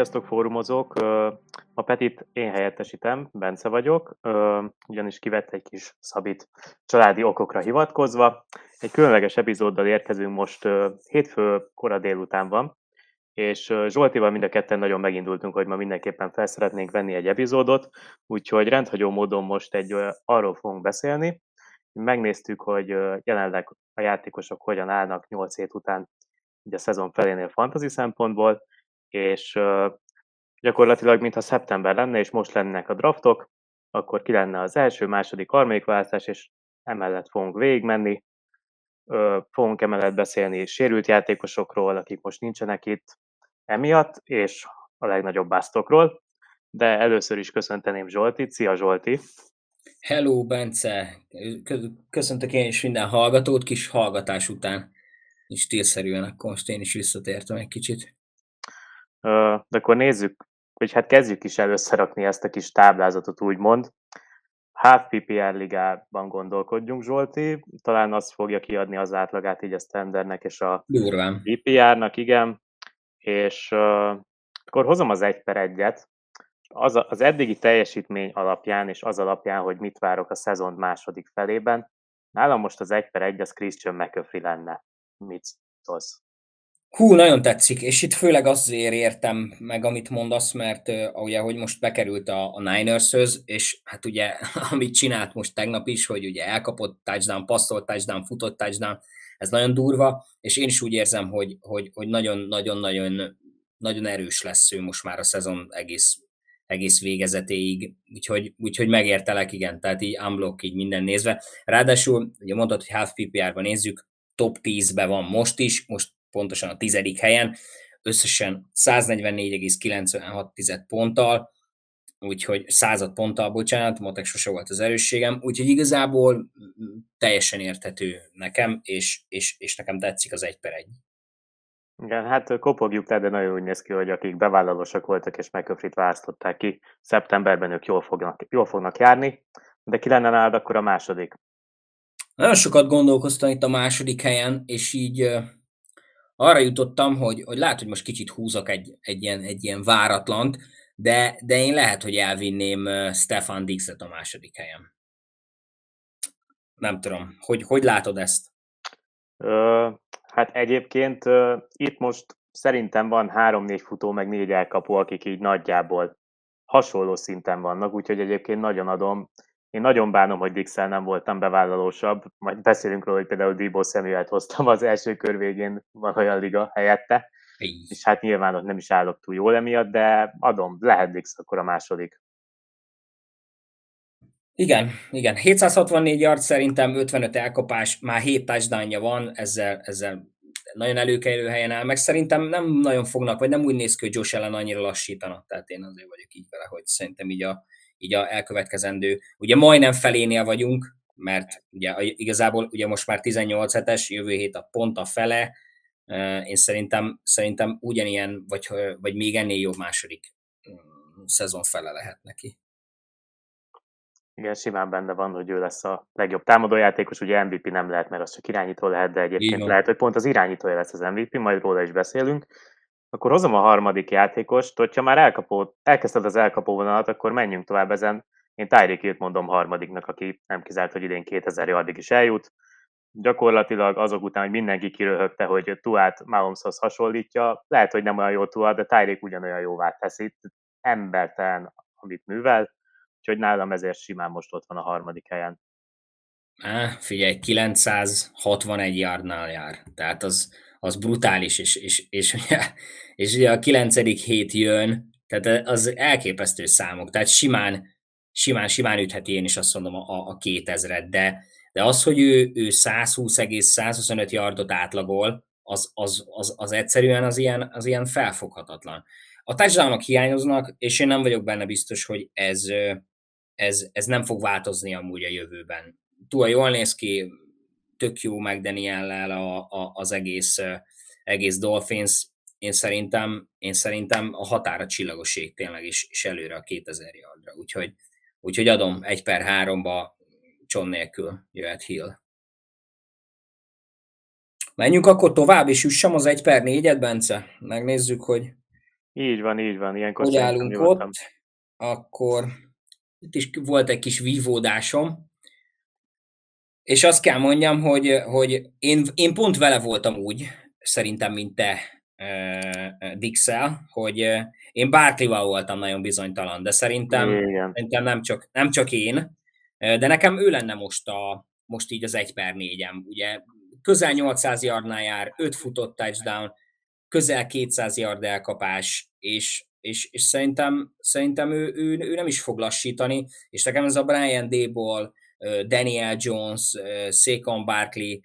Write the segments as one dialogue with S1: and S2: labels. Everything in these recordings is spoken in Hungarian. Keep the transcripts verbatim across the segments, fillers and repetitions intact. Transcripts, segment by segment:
S1: Sziasztok, fórumozók! A Petit én helyettesítem, Bence vagyok, ugyanis kivett egy kis Szabit családi okokra hivatkozva. Egy különleges epizóddal érkezünk most, hétfő kora délután van, és Zsoltival mind a ketten nagyon megindultunk, hogy ma mindenképpen fel szeretnénk venni egy epizódot, úgyhogy rendhagyó módon most egy arról fogunk beszélni. Megnéztük, hogy jelenleg a játékosok hogyan állnak nyolc hét után ugye a szezon felénél fantasy szempontból, és uh, gyakorlatilag mintha szeptember lenne, és most lennének a draftok, akkor ki lenne az első, második, harmadik választás, és emellett fogunk végigmenni. Uh, fogunk emellett beszélni sérült játékosokról, akik most nincsenek itt emiatt, és a legnagyobb basztokról. De először is köszönteném Zsoltit. Szia, Zsolti!
S2: Hello, Bence! Köszöntök én is minden hallgatót, kis hallgatás után. És stílszerűen, akkor most én is visszatértem egy kicsit.
S1: De akkor nézzük, vagy hát kezdjük is előszerakni ezt a kis táblázatot, úgymond. Half pé pé er ligában gondolkodjunk, Zsolti. Talán az fogja kiadni az átlagát így a standardnek és a
S2: Durván.
S1: pé pé er-nak, igen. És uh, akkor hozom az egy per egyet. Az, a, az eddigi teljesítmény alapján, és az alapján, hogy mit várok a szezon második felében, nálam most az egy per egy az Christian McCaffrey lenne. Mit szólsz?
S2: Hú, nagyon tetszik, és itt főleg azért értem meg, amit mondasz, mert uh, ugye, hogy most bekerült a, a Niners-höz, és hát ugye, amit csinált most tegnap is, hogy ugye elkapott touchdown, passzolt touchdown, futott touchdown, ez nagyon durva, és én is úgy érzem, hogy, hogy, hogy nagyon-nagyon-nagyon nagyon erős lesz ő most már a szezon egész, egész végezetéig, úgyhogy, úgyhogy megértelek, igen, tehát így unblock így minden nézve. Ráadásul, ugye mondtad, hogy half pé pé er-ben nézzük, top tízben van most is, most pontosan a tizedik helyen, összesen száznegyvennégy egész kilencvenhat ponttal, úgyhogy század ponttal, bocsánat, matek sose volt az erősségem, úgyhogy igazából teljesen érthető nekem, és, és, és nekem tetszik az egy per egy.
S1: Igen, hát kopogjuk le, de nagyon úgy néz ki, hogy akik bevállalósak voltak és McCaffrey-t választották ki, szeptemberben ők jól fognak, jól fognak járni, de ki lenne nálad akkor a második?
S2: Nagyon sokat gondolkoztam itt a második helyen, és így uh, arra jutottam, hogy, hogy lehet, hogy most kicsit húzok egy, egy, ilyen, egy ilyen váratlant, de, de én lehet, hogy elvinném uh, Stefan Diggs-et a második helyen. Nem tudom, hogy, hogy látod ezt?
S1: Ö, hát egyébként ö, itt most szerintem van három-négy futó, meg négy elkapó, akik így nagyjából hasonló szinten vannak, úgyhogy egyébként nagyon adom. Én nagyon bánom, hogy Dix-el nem voltam bevállalósabb, majd beszélünk róla, hogy például Deebo Samuelt hoztam az első kör végén, van olyan liga helyette,
S2: Így.
S1: és hát nyilván ott nem is állok túl jól emiatt, de adom, lehet Dix akkor a második.
S2: Igen, igen. hétszázhatvannégy yard szerintem, ötvenöt elkapás, már hét touchdownja van, ezzel, ezzel nagyon előkelő helyen áll, meg szerintem nem nagyon fognak, vagy nem úgy néz ki, hogy Josh Allen annyira lassítanak, tehát én azért vagyok így vele, hogy szerintem így a, így a elkövetkezendő, ugye majdnem felénél vagyunk, mert ugye igazából ugye most már tizennyolc hetes, jövő hét a pont a fele, én szerintem, szerintem ugyanilyen, vagy, vagy még ennél jobb második szezon fele lehet neki.
S1: Igen, simán benne van, hogy ő lesz a legjobb támadójátékos, ugye em vé pé nem lehet, mert az csak irányító lehet, de egyébként lehet, hogy pont az irányítója lesz az em vé pé, majd róla is beszélünk. Akkor hozom a harmadik játékost, hogyha már elkapó, elkezdted az elkapó vonalat, akkor menjünk tovább ezen. Én Tyreek Hillt mondom harmadiknak, aki nem kizárt, hogy idén kétezer yardig is eljut. Gyakorlatilag azok után, hogy mindenki kiröhögte, hogy Tuát Mahomeshoz hasonlítja, lehet, hogy nem olyan jó Tua, de Tyreek ugyanolyan jóvá teszi. Embertelen, amit művel. Úgyhogy nálam ezért simán most ott van a harmadik helyen.
S2: Á, figyelj, kilencszázhatvanegy yardnál jár, tehát az, az brutális, és, és, és, és, és ugye a kilencedik hét jön, tehát az elképesztő számok, tehát simán, simán, simán ütheti én is azt mondom a, a kétezret, de, de az, hogy ő, ő százhúsz egész százhuszonöt yardot átlagol, az, az, az, az egyszerűen az ilyen, az ilyen felfoghatatlan. A touchdownok hiányoznak, és én nem vagyok benne biztos, hogy ez, ez, ez nem fog változni amúgy a jövőben. Tua jól néz ki, tök jó McDaniel-lel a, a, az egész, egész Dolphins. Én szerintem, én szerintem a határa csillagoség tényleg is, is előre a kétezer yardra. Úgyhogy, úgyhogy adom egy per háromba John nélkül jöhet Hill. Menjünk akkor tovább, és üssem az egy per négyet, Bence. Megnézzük, hogy
S1: Így van, így van, ilyenkor
S2: Hogy
S1: szerintem
S2: állunk ott,
S1: nyugodtan.
S2: akkor itt is volt egy kis vívódásom, és azt kell mondjam, hogy, hogy én, én pont vele voltam úgy, szerintem, mint te, uh, Dixel, hogy uh, én Barkley-val voltam nagyon bizonytalan, de szerintem,
S1: Igen.
S2: szerintem nem, csak, nem csak én, uh, de nekem ő lenne most, a, most így az egy per négyem. Ugye közel nyolcszáz yardnál jár, öt futott touchdown, közel kétszáz yard elkapás, és, és, és szerintem, szerintem ő, ő, ő nem is fog lassítani, és nekem ez a Brian Daboll, Daniel Jones, Saquon Barkley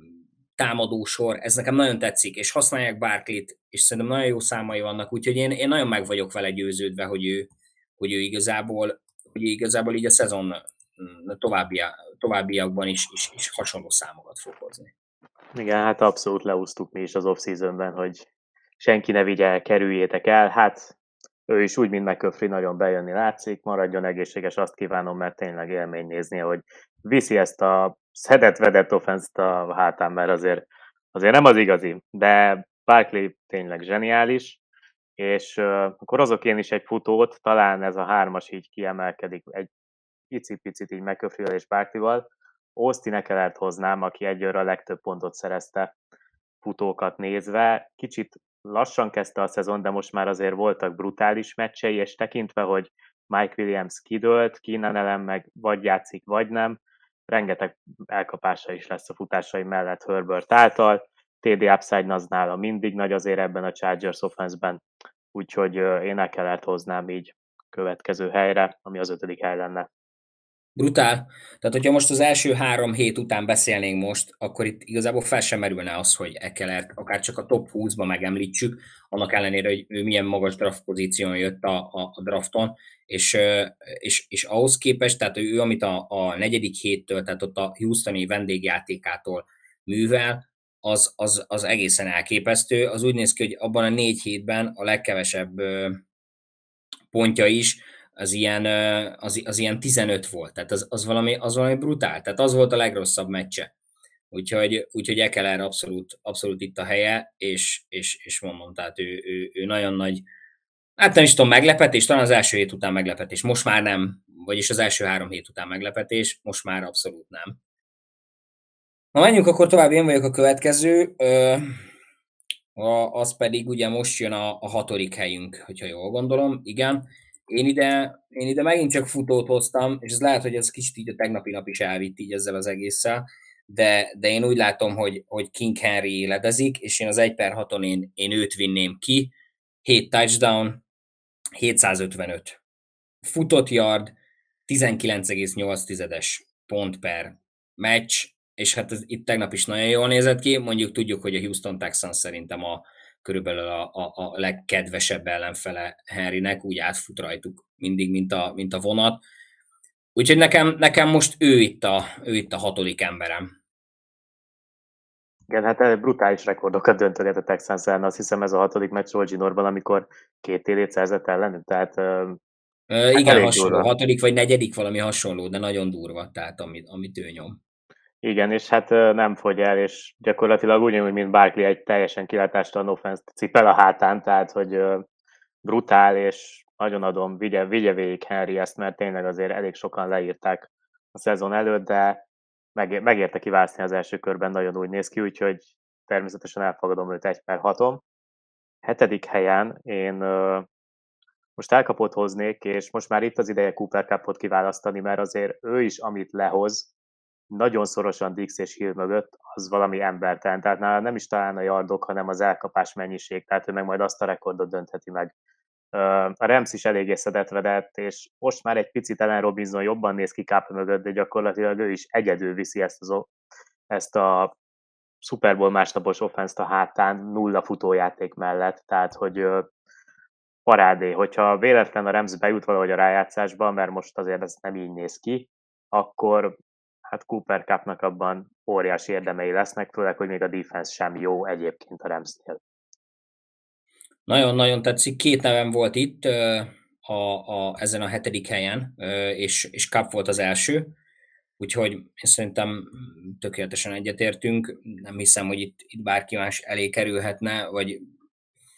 S2: támadósor, ez nekem nagyon tetszik, és használják Barkley-t, és szerintem nagyon jó számai vannak, úgyhogy én, én nagyon meg vagyok vele győződve, hogy ő, hogy ő igazából, hogy ő igazából így a szezon továbbia, továbbiakban is, is, is hasonló számokat fog hozni.
S1: Igen, hát abszolút leúsztuk mi is az off-seasonben, hogy senki ne vigye el, kerüljétek el. Hát ő is úgy, mint McCaffrey, nagyon bejönni látszik, maradjon egészséges, azt kívánom, mert tényleg élmény nézni, hogy viszi ezt a szedett-vedett offenszt a hátán, mert azért, azért nem az igazi, de Barkley tényleg zseniális, és uh, akkor azok én is egy futót, talán ez a hármas így kiemelkedik egy picit-picit így McCaffrey-vel és Barkley-val. Austin Ekelert hoznám, aki egyőre a legtöbb pontot szerezte futókat nézve. Kicsit lassan kezdte a szezon, de most már azért voltak brutális meccsei, és tekintve, hogy Mike Williams kidőlt, Keenan Allen meg vagy játszik, vagy nem, rengeteg elkapása is lesz a futásai mellett Herbert által. té dé upside az nála mindig nagy azért ebben a Chargers offense-ben, úgyhogy én Ekelert hoznám így következő helyre, ami az ötödik hely lenne.
S2: Brutál. Tehát, hogyha most az első három hét után beszélnénk most, akkor itt igazából fel sem merülne az, hogy Ekelert akár csak a top húszba megemlítsük, annak ellenére, hogy ő milyen magas draft pozíción jött a, a, a drafton, és, és, és ahhoz képest, tehát ő, amit a, a negyedik héttől, tehát ott a Houstoni vendégjátékától művel, az, az, az egészen elképesztő. Az úgy néz ki, hogy abban a négy hétben a legkevesebb pontja is az ilyen, az, az ilyen tizenöt volt, tehát az, az, valami, az valami brutál, tehát az volt a legrosszabb meccse. Úgyhogy, úgyhogy Ekeler abszolút, abszolút itt a helye, és, és, és mondom, tehát ő, ő, ő nagyon nagy, hát nem is tudom, meglepetés, talán az első hét után meglepetés, most már nem, vagyis az első három hét után meglepetés, most már abszolút nem. Na menjünk akkor tovább, én vagyok a következő, ö, a, az pedig ugye most jön a, a hatodik helyünk, hogyha jól gondolom, igen. Én ide, én ide megint csak futót hoztam, és ez lehet, hogy ez kicsit így a tegnapi nap is elvitt így ezzel az egésszel, de, de én úgy látom, hogy, hogy King Henry éledezik, és én az egy per haton én, én őt vinném ki, hét touchdown, hétszázötvenöt futott yard, tizenkilenc egész nyolc tizedes pont per meccs, és hát ez itt tegnap is nagyon jól nézett ki, mondjuk tudjuk, hogy a Houston Texans szerintem a körülbelül a, a, a legkedvesebb ellenfele Henrynek, úgy átfut rajtuk mindig, mint a, mint a vonat. Úgyhogy nekem, nekem most ő itt, a, ő itt a hatodik emberem.
S1: Igen, hát brutális rekordokat döntöget a Texans ellen, azt hiszem ez a hatodik meccs Roll Ginorban, amikor két télét szerzett ellenük, tehát
S2: Ö,
S1: hát
S2: igen,
S1: elég
S2: hasonló,
S1: durva.
S2: hatodik vagy negyedik valami hasonló, de nagyon durva, tehát amit, amit ő nyom.
S1: Igen, és hát nem fogy el, és gyakorlatilag ugyanúgy, mint Barkley, egy teljesen kilátástalan offenszt cipel a hátán, tehát hogy brutál, és nagyon adom, vigye, vigye végig Henry ezt, mert tényleg azért elég sokan leírták a szezon előtt, de meg, megérte kivászni az első körben, nagyon úgy néz ki, úgyhogy természetesen elfogadom őt egy per hatom. Hetedik helyen én most elkapott hoznék, és most már itt az ideje Cooper Cupot kiválasztani, mert azért ő is, amit lehoz, nagyon szorosan Dix és Hill mögött, az valami embertelen. Tehát nála nem is talán a yardok, hanem az elkapás mennyiség, tehát ő meg majd azt a rekordot döntheti meg. A Rams is eléggé szedett-vedett, és most már egy picit Allen Robinson jobban néz ki Cup mögött, de gyakorlatilag ő is egyedül viszi ezt, az, ezt a Super Bowl másnapos offenszt a hátán, nulla futójáték mellett, tehát hogy parádé, hogyha véletlen a Rams bejut valahogy a rájátszásba, mert most azért ez nem így néz ki, akkor hát Cooper Cupnak abban óriási érdemei lesznek, főleg, hogy még a defense sem jó egyébként a Ramsnél.
S2: Nagyon-nagyon tetszik. Két nevem volt itt a, a, ezen a hetedik helyen, és, és Cup volt az első, úgyhogy én szerintem tökéletesen egyetértünk. Nem hiszem, hogy itt, itt bárki más elé kerülhetne, vagy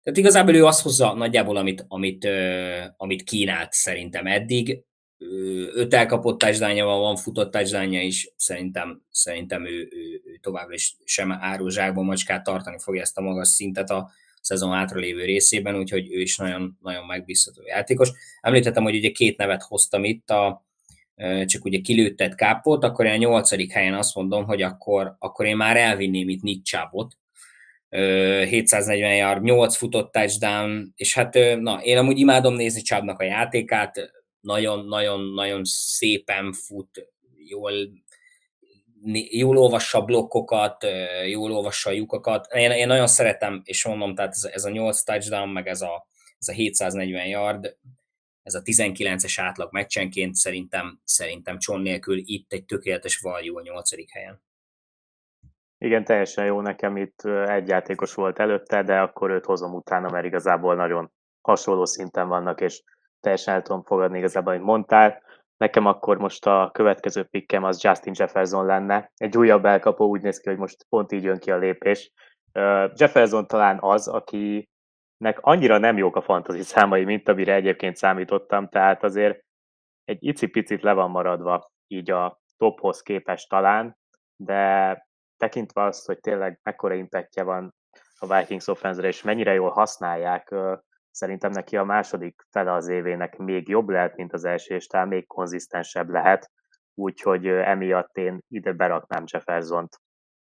S2: Tehát igazából ő azt hozza nagyjából, amit, amit, ö, amit kínált szerintem eddig. Ö, Öt elkapott touchdownja van, van futott touchdownja is, szerintem, szerintem ő, ő, ő továbbra is sem árul zsákba macskát, tartani fogja ezt a magas szintet a szezon hátralévő részében, úgyhogy ő is nagyon, nagyon megbízható játékos. Említettem, hogy ugye két nevet hoztam itt, a, csak ugye kilőtted Kápot, akkor én a nyolcadik helyen azt mondom, hogy akkor, akkor én már elvinném itt Nick Chubbot, hétszáznegyven yard, nyolc futott touchdown, és hát na, én amúgy imádom nézni Chubbnak a játékát, nagyon-nagyon-nagyon szépen fut, jól, jól olvassa a blokkokat, jól olvassa a lyukakat. Én, én nagyon szeretem, és mondom, tehát ez, ez a nyolc touchdown, meg ez a, ez a hétszáznegyven yard, ez a tizenkilences átlag meccsenként szerintem, szerintem Cson nélkül itt egy tökéletes value a nyolcadik helyen.
S1: Igen, teljesen jó, nekem itt egy játékos volt előtte, de akkor őt hozom utána, mert igazából nagyon hasonló szinten vannak, és teljesen el tudom fogadni igazából, amit mondtál. Nekem akkor most a következő pikkem az Justin Jefferson lenne. Egy újabb elkapó, úgy néz ki, hogy most pont így jön ki a lépés. Jefferson talán az, akinek annyira nem jók a fantasy számai, mint amire egyébként számítottam, tehát azért egy icipicit le van maradva így a tophoz képest talán, de tekintve azt, hogy tényleg mekkora impactja van a Vikings offense-re, és mennyire jól használják, szerintem neki a második fele az évének még jobb lehet, mint az első, és talán még konzisztensebb lehet, úgyhogy emiatt én ide beraknám Jeffersont.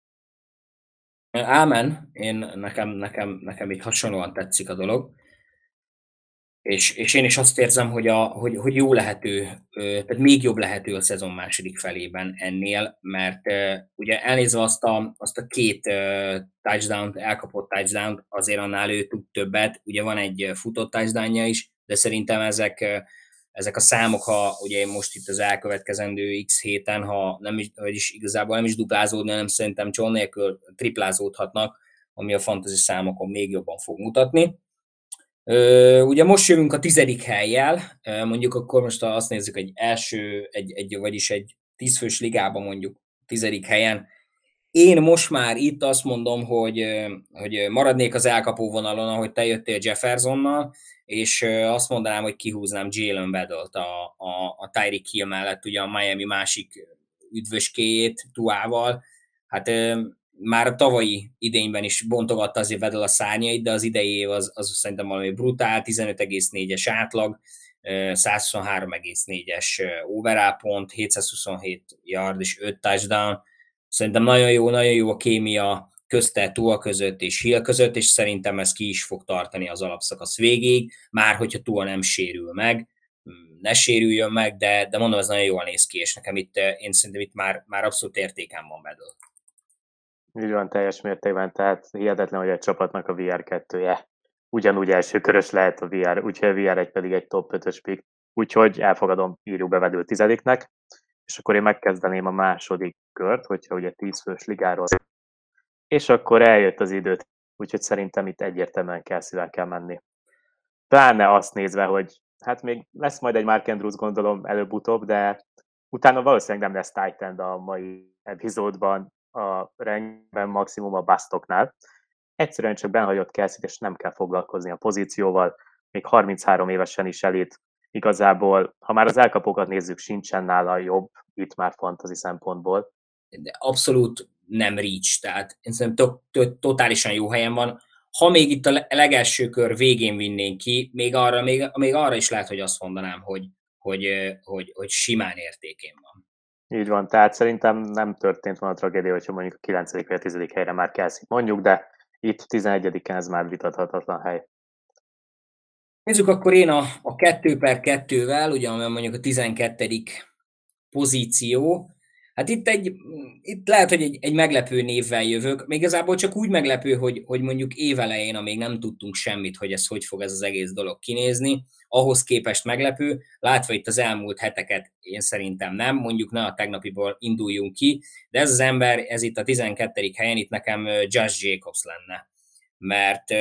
S2: Ámen, én, nekem, nekem, nekem így hasonlóan tetszik a dolog. És, és én is azt érzem, hogy, a, hogy, hogy jó lehető, tehát még jobb lehető a szezon második felében ennél, mert ugye elnézve azt a, azt a két touchdown-t, elkapott touchdown-t, azért annál ő tud többet, ugye van egy futott touchdownja is, de szerintem ezek, ezek a számok, ha ugye most itt az elkövetkezendő X héten, ha nem is, vagyis igazából nem is duplázódni, hanem szerintem Cson nélkül triplázódhatnak, ami a fantasy számokon még jobban fog mutatni. Ö, ugye most jövünk a tizedik helyjel, mondjuk akkor most azt nézzük, egy első, egy, egy, vagyis egy tízfős ligában mondjuk tizedik helyen. Én most már itt azt mondom, hogy, hogy maradnék az elkapó vonalon, ahogy te jöttél Jeffersonnal, és azt mondanám, hogy kihúznám Jalen Waddle-t a, a, a Tyreek Hill mellett, ugye a Miami másik üdvöskéjét Tuával. Hát már a tavalyi idényben is bontogatta azért Waddle a szárnyait, de az idei év az, az szerintem valami brutál, tizenöt egész négyes átlag, százhuszonhárom egész négyes overall pont, hétszázhuszonhét yard és öt touchdown. Szerintem nagyon jó, nagyon jó a kémia közte, Tua között és Hill között, és szerintem ez ki is fog tartani az alapszakasz végéig, már hogyha Tua nem sérül meg, ne sérüljön meg, de, de mondom, ez nagyon jól néz ki, és nekem itt, én szerintem itt már, már abszolút értéken van Waddle.
S1: Így van, teljes mértékben, tehát hihetetlen, hogy egy csapatnak a vé er kettője ugyanúgy elsőkörös lehet a vé er, úgyhogy a vé er egy pedig egy top ötös pick, úgyhogy elfogadom, írjuk be Waddle tizediknek, és akkor én megkezdeném a második kört, hogyha ugye tízfős ligáról, és akkor eljött az időt, úgyhogy szerintem itt egyértelműen Kelseyvel kell menni. Pláne azt nézve, hogy hát még lesz majd egy Mark Andrews, gondolom előbb-utóbb, de utána valószínűleg nem lesz tight end a mai epizódban, a rendben maximum a basztoknál. Egyszerűen csak benhagyott Kelsey-t, és nem kell foglalkozni a pozícióval, még harminchárom évesen is elít. Igazából, ha már az elkapókat nézzük, sincsen nála jobb, itt már fantasy szempontból.
S2: De abszolút nem reach, tehát én szerintem to- to- totálisan jó helyen van. Ha még itt a legelső kör végén vinnénk ki, még arra, még, még arra is lehet, hogy azt mondanám, hogy, hogy, hogy, hogy simán értékén van.
S1: Így van, tehát szerintem nem történt volna a tragédia, hogyha mondjuk a kilencedik vagy a tizedik helyre már Kelsey mondjuk, de itt tizenegyediken ez már vitathatatlan hely.
S2: Nézzük akkor én a, a kettő per kettővel, ugye mondjuk a tizenkettedik pozíció. Hát itt, egy, itt lehet, hogy egy, egy meglepő névvel jövök, még igazából csak úgy meglepő, hogy, hogy mondjuk évelején, amíg nem tudtunk semmit, hogy ez hogy fog ez az egész dolog kinézni, ahhoz képest meglepő, látva itt az elmúlt heteket, én szerintem nem, mondjuk ne a tegnapiból induljunk ki, de ez az ember, ez itt a tizenkettedik helyen, itt nekem Josh Jacobs lenne, mert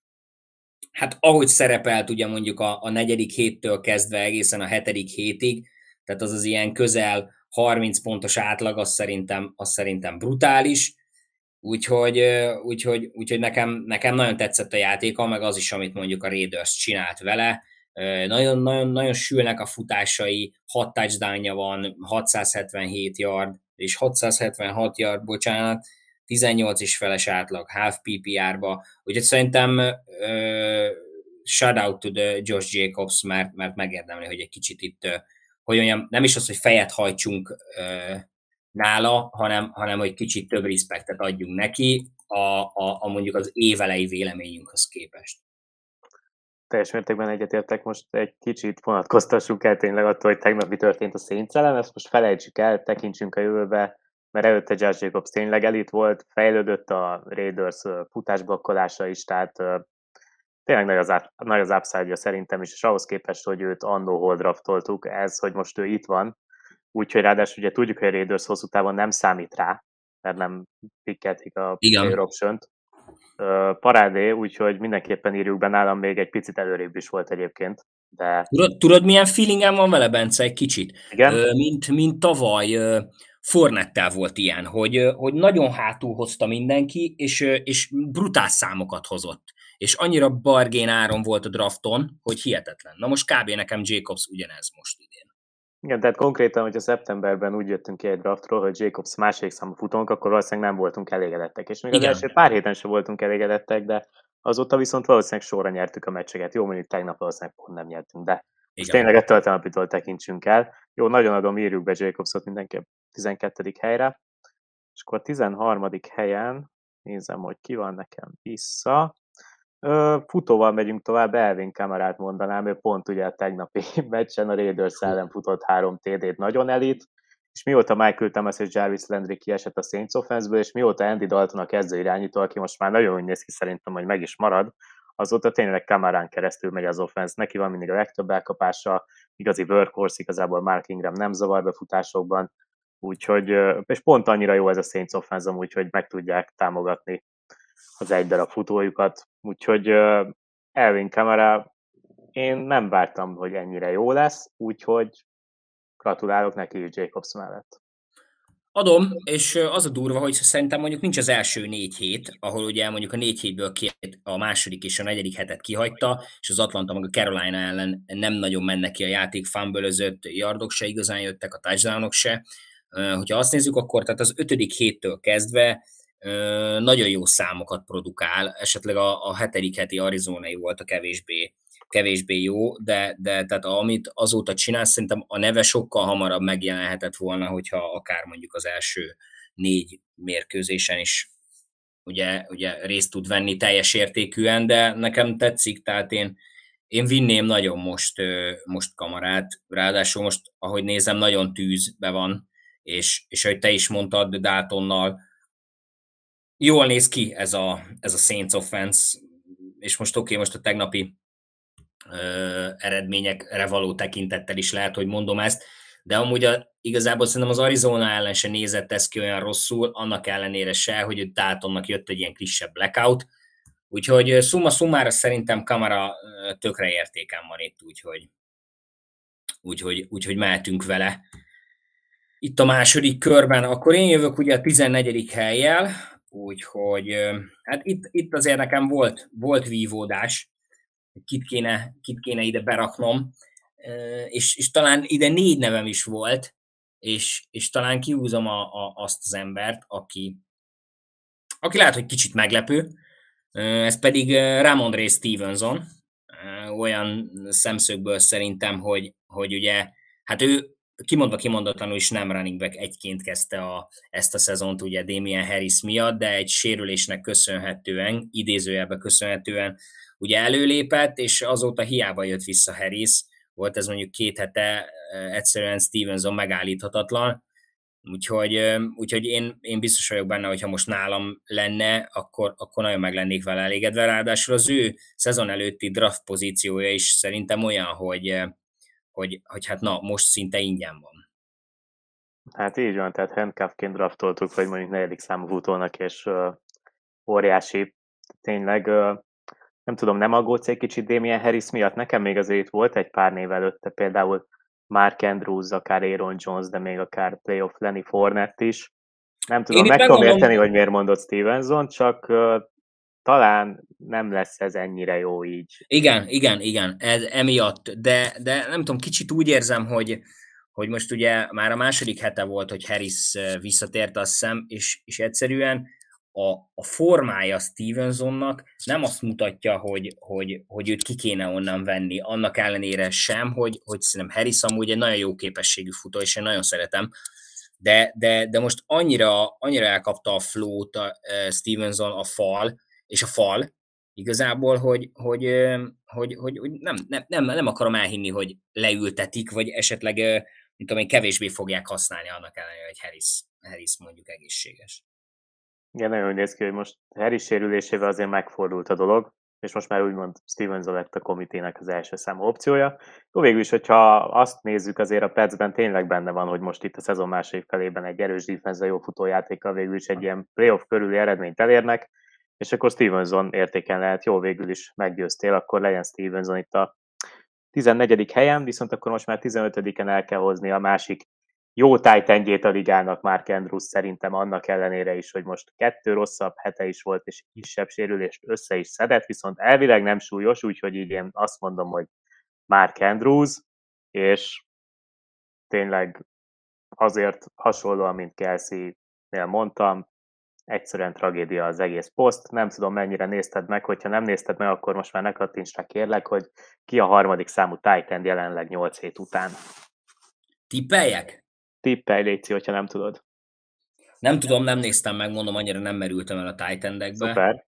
S2: hát ahogy szerepelt ugye mondjuk a, a negyedik héttől kezdve egészen a hetedik hétig, tehát az az ilyen közel harminc pontos átlag, az szerintem, az szerintem brutális, Úgyhogy, úgyhogy, úgyhogy nekem, nekem nagyon tetszett a játéka, meg az is, amit mondjuk a Raiders csinált vele. Nagyon-nagyon sülnek a futásai, hat touchdownja van, hatszázhetvenhét yard, és hatszázhetvenhat yard, bocsánat, tizennyolc és feles átlag, half pé pé er-ba. Úgyhogy szerintem uh, shout out to the Josh Jacobs, mert, mert megérdemli, hogy egy kicsit itt, uh, hogy mondjam, nem is az, hogy fejet hajtsunk uh, nála, hanem, hanem hogy kicsit több respektet adjunk neki a, a, a mondjuk az évelei véleményünkhöz képest.
S1: Teljes mértékben egyetértek, most egy kicsit vonatkoztassunk el tényleg attól, hogy tegnap mi történt a Saints-ellen, ezt most felejtsük el, tekintsünk a jövőbe, mert előtte Josh Jacobs tényleg elit volt, fejlődött a Raiders futásblokkolása is, tehát tényleg nagy az, nagy az upside-ja szerintem is, és ahhoz képest, hogy őt annó hol draftoltuk, ez, hogy most ő itt van, úgyhogy ráadásul ugye tudjuk, hogy a Raiders hosszú távon nem számít rá, mert nem pikkeltik a player option-t. Parádé, úgyhogy mindenképpen írjuk be, nálam még egy picit előrébb is volt egyébként. De...
S2: Tudod, tudod, milyen feelingem van vele, Bence, egy kicsit?
S1: Igen?
S2: Ö, mint, mint tavaly ö, Fournette-tel volt ilyen, hogy, ö, hogy nagyon hátul hozta mindenki, és, ö, és brutál számokat hozott. És annyira bargén áron volt a drafton, hogy hihetetlen. Na most kb. Nekem Jacobs ugyanez most idén.
S1: Igen, tehát konkrétan, hogyha szeptemberben úgy jöttünk ki egy draftról, hogy Jacobs második számú futónk, akkor valószínűleg nem voltunk elégedettek. És még Igen. az első pár héten sem voltunk elégedettek, de azóta viszont valószínűleg sorra nyertük a meccseket. Jó, mondjuk tegnap valószínűleg pont nem nyertünk, de most tényleg ettől a tegnapitól tekintsünk el. Jó, nagyon adom, írjuk be Jacobsot mindenképp tizenkettedik helyre. És akkor a tizenharmadik helyen nézem, hogy ki van nekem vissza. Futóval megyünk tovább, Alvin Kamarát mondanám, ő pont ugye a tegnapi meccsen a Raiders ellen futott három té dét, nagyon elit, és mióta Michael Thomas és Jarvis Landry kiesett a Saints offense-ből, és mióta Andy Dalton a kezdő irányító, aki most már nagyon úgy néz ki szerintem, hogy meg is marad, azóta tényleg Kamarán keresztül megy az offense, neki van mindig a legtöbb elkapása, igazi workhorse, igazából Mark Ingram nem zavar befutásokban, úgyhogy, és pont annyira jó ez a Saints offense, úgyhogy meg tudják támogatni az egy darab futójukat, úgyhogy uh, Alvin Kamara, én nem vártam, hogy ennyire jó lesz, úgyhogy gratulálok neki is Jacobs mellett.
S2: Adom, és az a durva, hogy szerintem mondjuk nincs az első négy hét, ahol ugye mondjuk a négy hétből két, a második és a negyedik hetet kihagyta, és az Atlanta meg a Carolina ellen nem nagyon mennek ki a játék, fumble-özött, yardok se igazán jöttek, a touchdownok se. Hogyha azt nézzük, akkor tehát az ötödik héttől kezdve nagyon jó számokat produkál, esetleg a, a hetedik heti Arizonai volt a kevésbé, kevésbé jó, de, de tehát amit azóta csinál, szerintem a neve sokkal hamarabb megjelenhetett volna, hogyha akár mondjuk az első négy mérkőzésen is ugye, ugye részt tud venni teljes értékűen, de nekem tetszik, tehát én, én vinném nagyon most, most Kamarát, ráadásul most, ahogy nézem, nagyon tűzbe van, és, és ahogy te is mondtad, Daltonnal, jól néz ki ez a, ez a Saints offense, és most oké, okay, most a tegnapi ö, eredményekre való tekintettel is lehet, hogy mondom ezt, de amúgy a, igazából szerintem az Arizona ellen se nézett ez ki olyan rosszul, annak ellenére se, hogy Daltonnak jött egy ilyen kisebb blackout, úgyhogy summa summára szerintem Kamara tökre értéken van itt, úgyhogy, úgyhogy, úgyhogy mehetünk vele. Itt a második körben, akkor én jövök ugye a tizennegyedik hellyel, úgyhogy hát itt, itt azért nekem volt, volt vívódás, kit kéne, kit kéne ide beraknom, és, és talán ide négy nevem is volt, és, és talán kihúzom a, a, azt az embert, aki, aki lehet, hogy kicsit meglepő, ez pedig Ramondre Stevenson, olyan szemszögből szerintem, hogy, hogy ugye, hát ő kimondva kimondatlanul is nem running back egyként kezdte a, ezt a szezont ugye Damian Harris miatt, de egy sérülésnek köszönhetően, idézőjelben köszönhetően ugye előlépett, és azóta hiába jött vissza Harris, volt ez mondjuk két hete, egyszerűen Stevenson megállíthatatlan, úgyhogy, úgyhogy én, én biztos vagyok benne, hogy ha most nálam lenne, akkor, akkor nagyon meg lennék vele elégedve, ráadásul az ő szezon előtti draft pozíciója is szerintem olyan, hogy Hogy, hogy hát na, most szinte ingyen van.
S1: Hát így van, tehát handcuffként draftoltuk, vagy mondjuk negyedik számú futónak, és uh, óriási. Tényleg, uh, nem tudom, nem aggódsz egy kicsit Damian Harris miatt? Nekem még azért itt volt egy pár név előtte, például Mark Andrews, akár Aaron Jones, de még akár playoff Lenny Fournette is. Nem tudom,
S2: Én itt
S1: meg tudom
S2: megmondom,
S1: érteni, hogy miért mondott Stevenson, csak uh, talán nem lesz ez ennyire jó így.
S2: igen, igen, igen, ez emiatt, de, de nem tudom, kicsit úgy érzem, hogy, hogy most ugye már a második hete volt, hogy Harris visszatért, azt hiszem, és, és egyszerűen a, a formája Stevensonnak nem azt mutatja, hogy, hogy, hogy őt ki kéne onnan venni, annak ellenére sem, hogy, hogy szerintem Harris amúgy egy nagyon jó képességű futó, és én nagyon szeretem, de, de, de most annyira, annyira elkapta a flow-t a, a Stevenson a fal, és a fal, igazából, hogy, hogy, hogy, hogy, hogy nem, nem, nem, nem akarom elhinni, hogy leültetik, vagy esetleg, mint tudom én, kevésbé fogják használni annak ellenére, hogy Harris, Harris mondjuk egészséges.
S1: Igen, nagyon úgy néz ki, hogy most Harris sérülésével azért megfordult a dolog, és most már úgymond Stevenson lett a komitének az első számú opciója. Jó, végül is, hogyha azt nézzük, azért a percben tényleg benne van, hogy most itt a szezon második felében egy erős defense jó futójátékkal végül is egy ilyen playoff körüli eredményt elérnek, és akkor Stevenson értéken lehet, jó, végül is meggyőztél, akkor legyen Stevenson itt a tizennegyedik helyen, viszont akkor most már tizenötödiken el kell hozni a másik jó tájtendjét a ligának, Mark Andrews szerintem annak ellenére is, hogy most kettő rosszabb hete is volt, és kisebb sérülést össze is szedett, viszont elvileg nem súlyos, úgyhogy így én azt mondom, hogy Mark Andrews, és tényleg azért hasonlóan, mint Kelsey-nél mondtam, egyszerűen tragédia az egész poszt. Nem tudom, mennyire nézted meg, hogyha nem nézted meg, akkor most már ne kattints rá, kérlek, hogy ki a harmadik számú tight end jelenleg nyolc hét után.
S2: Tippeljek?
S1: Tippelj, Léci, hogyha nem tudod.
S2: Nem tudom, nem néztem meg, mondom, annyira nem merültem el a Titan-ekbe.
S1: Szuper.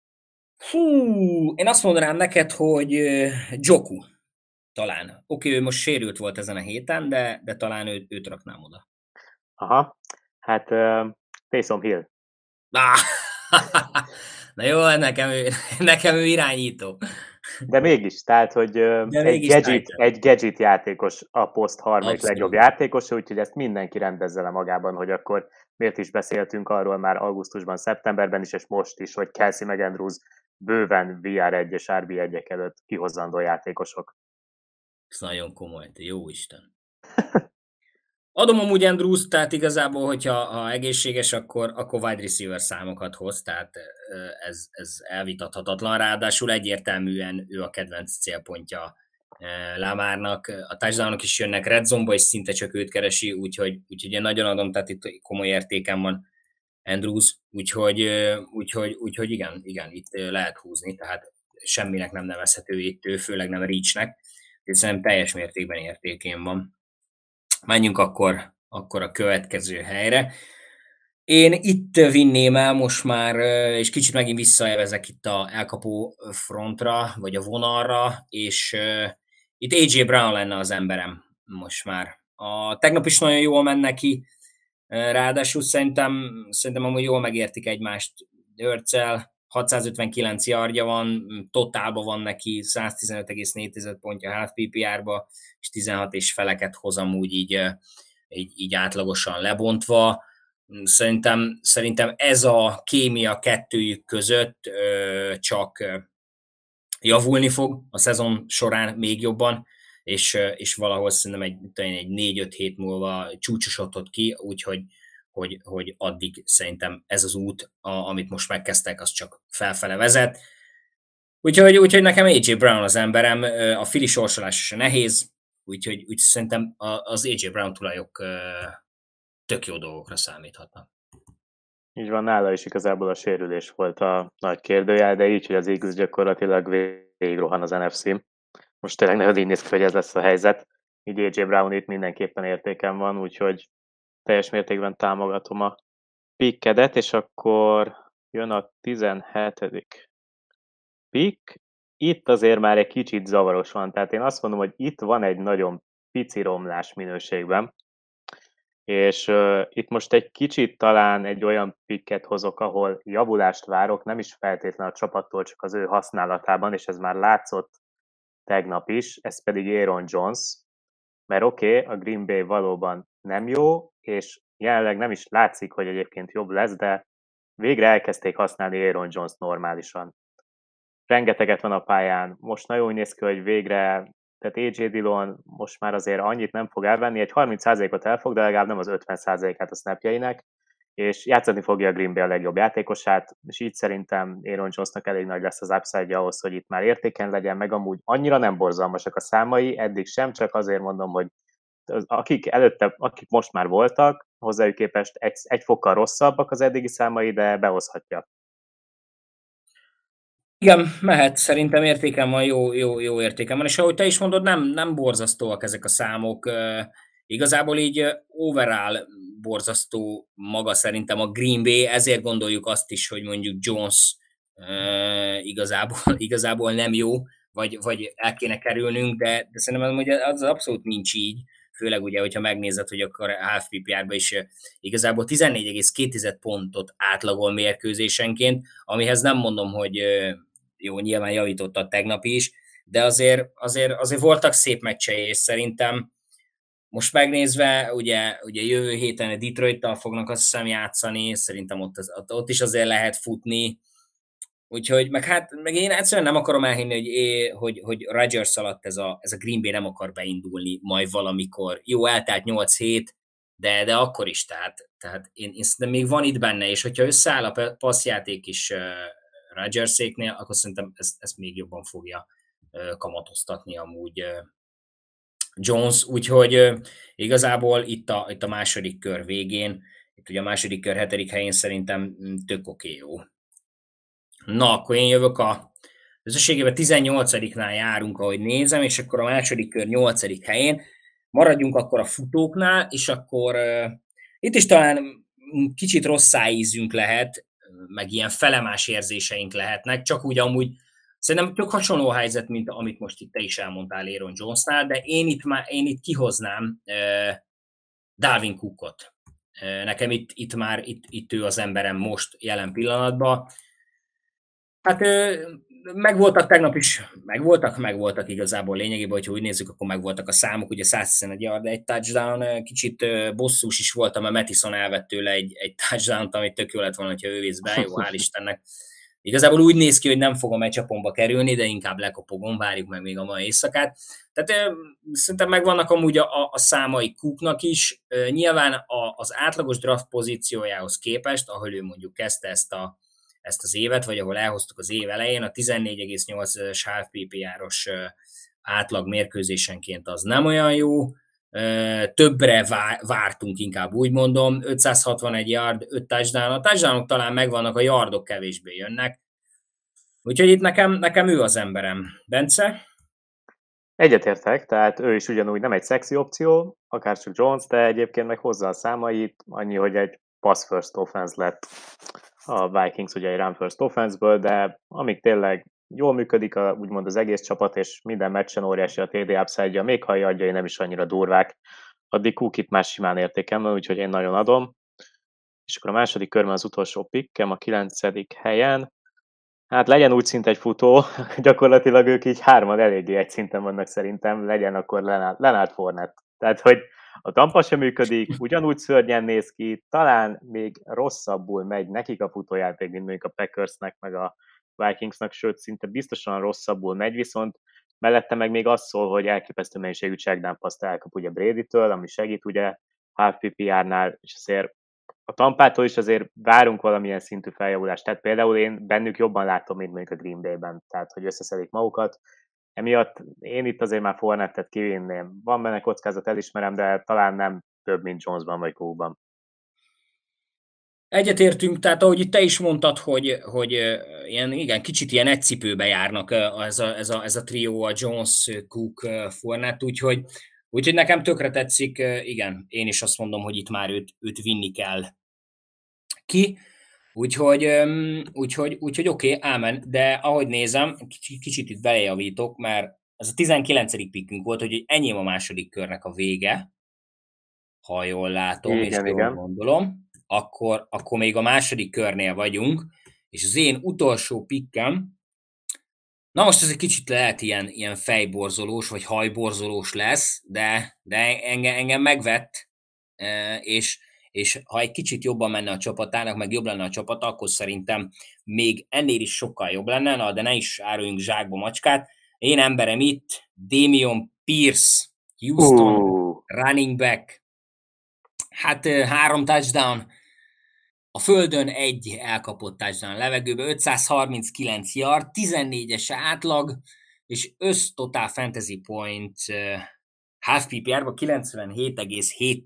S2: Hú, én azt mondanám neked, hogy Joku. Talán. Oké, okay, ő most sérült volt ezen a héten, de, de talán ő, őt raknám oda.
S1: Aha. Hát uh, Taysom Hill.
S2: Ah, na jó, nekem ő, nekem ő irányító.
S1: De mégis, tehát, hogy uh,
S2: De
S1: egy,
S2: mégis
S1: gadget,
S2: Titan.
S1: egy gadget játékos a poszt harmadik
S2: Abszolút.
S1: legjobb játékosa, úgyhogy ezt mindenki rendezze le magában, hogy akkor miért is beszéltünk arról már augusztusban, szeptemberben is, és most is, hogy Kelsey meg Andrews bőven vé er egy és er bé egyek előtt kihozandó játékosok.
S2: Ez nagyon komoly, te jó Isten. Adom amúgy Andrews, tehát igazából, hogyha ha egészséges, akkor, akkor wide receiver számokat hoz, tehát ez, ez elvitathatatlan, ráadásul egyértelműen ő a kedvenc célpontja Lamarnak. A touchdownok is jönnek red zone-ba, és szinte csak őt keresi, úgyhogy, úgyhogy én nagyon adom, tehát itt komoly értéken van Andrews, úgyhogy, úgyhogy, úgyhogy igen, igen, itt lehet húzni, tehát semminek nem nevezhető itt ő, főleg nem Reachnek, hiszen teljes mértékben értékén van. Menjünk akkor, akkor a következő helyre. Én itt vinném el most már, és kicsit megint visszaelvezek itt a elkapó frontra, vagy a vonalra, és uh, itt á jé Brown lenne az emberem most már. A, tegnap is nagyon jól ment neki, ráadásul szerintem, szerintem amúgy jól megértik egymást Hurtsel, hatszázötvenkilenc yardja van, totálban van neki, száztizenöt egész négy pontja half pé pé er-ba, és tizenhat és feleket hoz amúgy így, így, így átlagosan lebontva. Szerintem, szerintem ez a kémia kettőjük között ö, csak javulni fog a szezon során még jobban, és, és valahol szerintem egy, egy négy-öt hét múlva csúcsosodott ki, úgyhogy hogy, hogy addig szerintem ez az út, a, amit most megkezdtek, az csak felfele vezet. Úgyhogy, úgyhogy nekem á jé Brown az emberem, a Philly sorsolás se nehéz, úgyhogy, úgyhogy szerintem az á jé Brown tulajok tök jó dolgokra számíthatnak.
S1: Így van, nála is igazából a sérülés volt a nagy kérdőjel, de így, hogy az Eagles gyakorlatilag végigrohan az en ef cé-n. Most tényleg nagyon így néz ki, hogy ez lesz a helyzet. Így á jé Brown itt mindenképpen értéken van, úgyhogy teljes mértékben támogatom a pickedet, és akkor jön a tizenhetedik pick. Itt azért már egy kicsit zavaros van, tehát én azt mondom, hogy itt van egy nagyon pici romlás minőségben, és uh, itt most egy kicsit talán egy olyan picket hozok, ahol javulást várok, nem is feltétlenül a csapattól, csak az ő használatában, és ez már látszott tegnap is, ez pedig Aaron Jones, mert oké, okay, a Green Bay valóban nem jó, és jelenleg nem is látszik, hogy egyébként jobb lesz, de végre elkezdték használni Aaron Jones normálisan. Rengeteget van a pályán, most nagyon úgy néz ki, hogy végre, tehát á jé Dillon most már azért annyit nem fog elvenni, egy harminc százalékot elfog, de legalább nem az ötven százalékát a snapjeinek, és játszani fogja a Green Bay a legjobb játékosát, és így szerintem Aaron Jonesnak elég nagy lesz az upside ahhoz, hogy itt már értéken legyen, meg amúgy annyira nem borzalmasak a számai, eddig sem, csak azért mondom, hogy az, akik előtte, akik most már voltak, hozzájuk képest egy, egy fokkal rosszabbak az eddigi számai, de behozhatja.
S2: Igen, mehet, szerintem értéken van, jó, jó, jó értéken van, és ahogy te is mondod, nem, nem borzasztóak ezek a számok. Uh, igazából így uh, overall borzasztó maga szerintem a Green Bay, ezért gondoljuk azt is, hogy mondjuk Jones uh, igazából, igazából nem jó, vagy, vagy el kéne kerülnünk, de, de szerintem hogy az abszolút nincs így, főleg ugye, hogyha megnézed, hogy akkor half pé pé er-ben is uh, igazából tizennégy egész két pontot átlagol mérkőzésenként, amihez nem mondom, hogy uh, jó, nyilván javította tegnap is, de azért, azért, azért voltak szép meccsei, és szerintem most megnézve, ugye, ugye jövő héten a Detroittal fognak azt hiszem játszani, szerintem ott, az, ott is azért lehet futni, úgyhogy, meg hát, meg én egyszerűen nem akarom elhinni, hogy, é, hogy, hogy Rodgers alatt ez a, ez a Green Bay nem akar beindulni majd valamikor. Jó, eltelt nyolc hét, de, de akkor is, tehát, tehát én, én szerintem még van itt benne, és hogyha összeáll a passzjáték is uh, Rodgerséknél, akkor szerintem ezt, ezt még jobban fogja uh, kamatoztatni amúgy uh, Jones, úgyhogy uh, igazából itt a, itt a második kör végén, itt ugye a második kör hetedik helyén szerintem tök oké jó. Na, akkor én jövök a összességében tizennyolcadiknál járunk, ahogy nézem, és akkor a második kör nyolcadik helyén maradjunk akkor a futóknál, és akkor uh, itt is talán kicsit rosszáízünk lehet, meg ilyen felemás érzéseink lehetnek, csak úgy amúgy szerintem tök hasonló a helyzet, mint amit most itt te is elmondtál Aaron Jonesnál, de én itt, már, én itt kihoznám uh, Dalvin Cookot. Uh, nekem itt, itt már itt, itt ő az emberem most jelen pillanatban. Hát megvoltak tegnap is, megvoltak, megvoltak igazából lényegében, hogyha úgy nézzük, akkor megvoltak a számok, ugye száz tizenegy yard, egy touchdown, kicsit bosszús is voltam, mert Mattison elvett tőle egy, egy touchdown-t, amit tök jó lett volna, hogyha ő vész be, jó, hál' Istennek. Igazából úgy néz ki, hogy nem fogom egy csapomba kerülni, de inkább lekopogom, várjuk meg még a mai éjszakát. Tehát ö, szerintem megvannak amúgy a, a, a számai Cooknak is. Ö, nyilván a, az átlagos draft pozíciójához képest, ahol ő mondjuk kezdte ezt a ezt az évet, vagy ahol elhoztuk az év elején, a tizennégy egész nyolc half pé pé er-os átlag mérkőzésenként az nem olyan jó, többre vártunk, inkább úgy mondom, ötszázhatvanegy yard, öt touchdown, a touchdownok talán megvannak, a yardok kevésbé jönnek, úgyhogy itt nekem, nekem ő az emberem. Bence?
S1: Egyetértek, tehát ő is ugyanúgy nem egy szexi opció, akár csak Jones, de egyébként meg hozzá a számait, annyi, hogy egy pass first offense lett a Vikings ugye egy run first offense-ből, de amíg tényleg jól működik a, úgymond az egész csapat, és minden meccsen óriási a té dé upside-ja, még ha a yardjai nem is annyira durvák, addig Cookit már simán értékem van, úgyhogy én nagyon adom. És akkor a második körben az utolsó pickem a kilencedik helyen. Hát legyen úgy szint egy futó, gyakorlatilag ők így hárman eléggé egy szinten vannak szerintem, legyen akkor Leonard, Leonard Fournette. Tehát, hogy a Tampa sem működik, ugyanúgy szörnyen néz ki, talán még rosszabbul megy nekik a futójáték, mint mondjuk a Packersnek, meg a Vikingsnak, sőt, szinte biztosan rosszabbul megy, viszont mellette meg még az szól, hogy elképesztő mennyiségű checkdown paszt elkap ugye Brady-től, ami segít ugye half pé pé er-nál, és azért a Tampától is azért várunk valamilyen szintű feljavulást. Tehát például én bennük jobban látom, mint mondjuk a Green Bay-ben, tehát hogy összeszedik magukat. Emiatt én itt azért már Fournette-et kivinném. Van benne kockázat, elismerem, de talán nem több, mint Jonesban vagy Cookban.
S2: Egyetértünk, tehát ahogy itt te is mondtad, hogy, hogy ilyen, igen, kicsit ilyen egy cipőbe járnak ez a, ez a, ez a trió, a Jones, Cook, Fournette, úgyhogy, úgyhogy nekem tökre tetszik, igen, én is azt mondom, hogy itt már őt, őt vinni kell ki, úgyhogy, úgyhogy, úgyhogy oké, okay, ámen, de ahogy nézem, kicsit, kicsit itt belejavítok, mert ez a tizenkilencedik pikkünk volt, hogy enyém a második körnek a vége, ha jól látom,
S1: Igen,
S2: és jól
S1: igen.
S2: gondolom, akkor, akkor még a második körnél vagyunk, és az én utolsó pikkem, na most ez egy kicsit lehet ilyen, ilyen fejborzolós, vagy hajborzolós lesz, de, de engem, engem megvett, és, és ha egy kicsit jobban menne a csapatának, meg jobb lenne a csapata, akkor szerintem még ennél is sokkal jobb lenne, na, de ne is áruljunk zsákba macskát. Én emberem itt, Damian Pierce, Houston,
S1: uh.
S2: running back, hát három touchdown, a földön egy elkapott touchdown, a levegőben ötszázharminckilenc yard, tizennégyes átlag, és össz total fantasy point uh, half pé pé er-ban kilencvenhét egész hét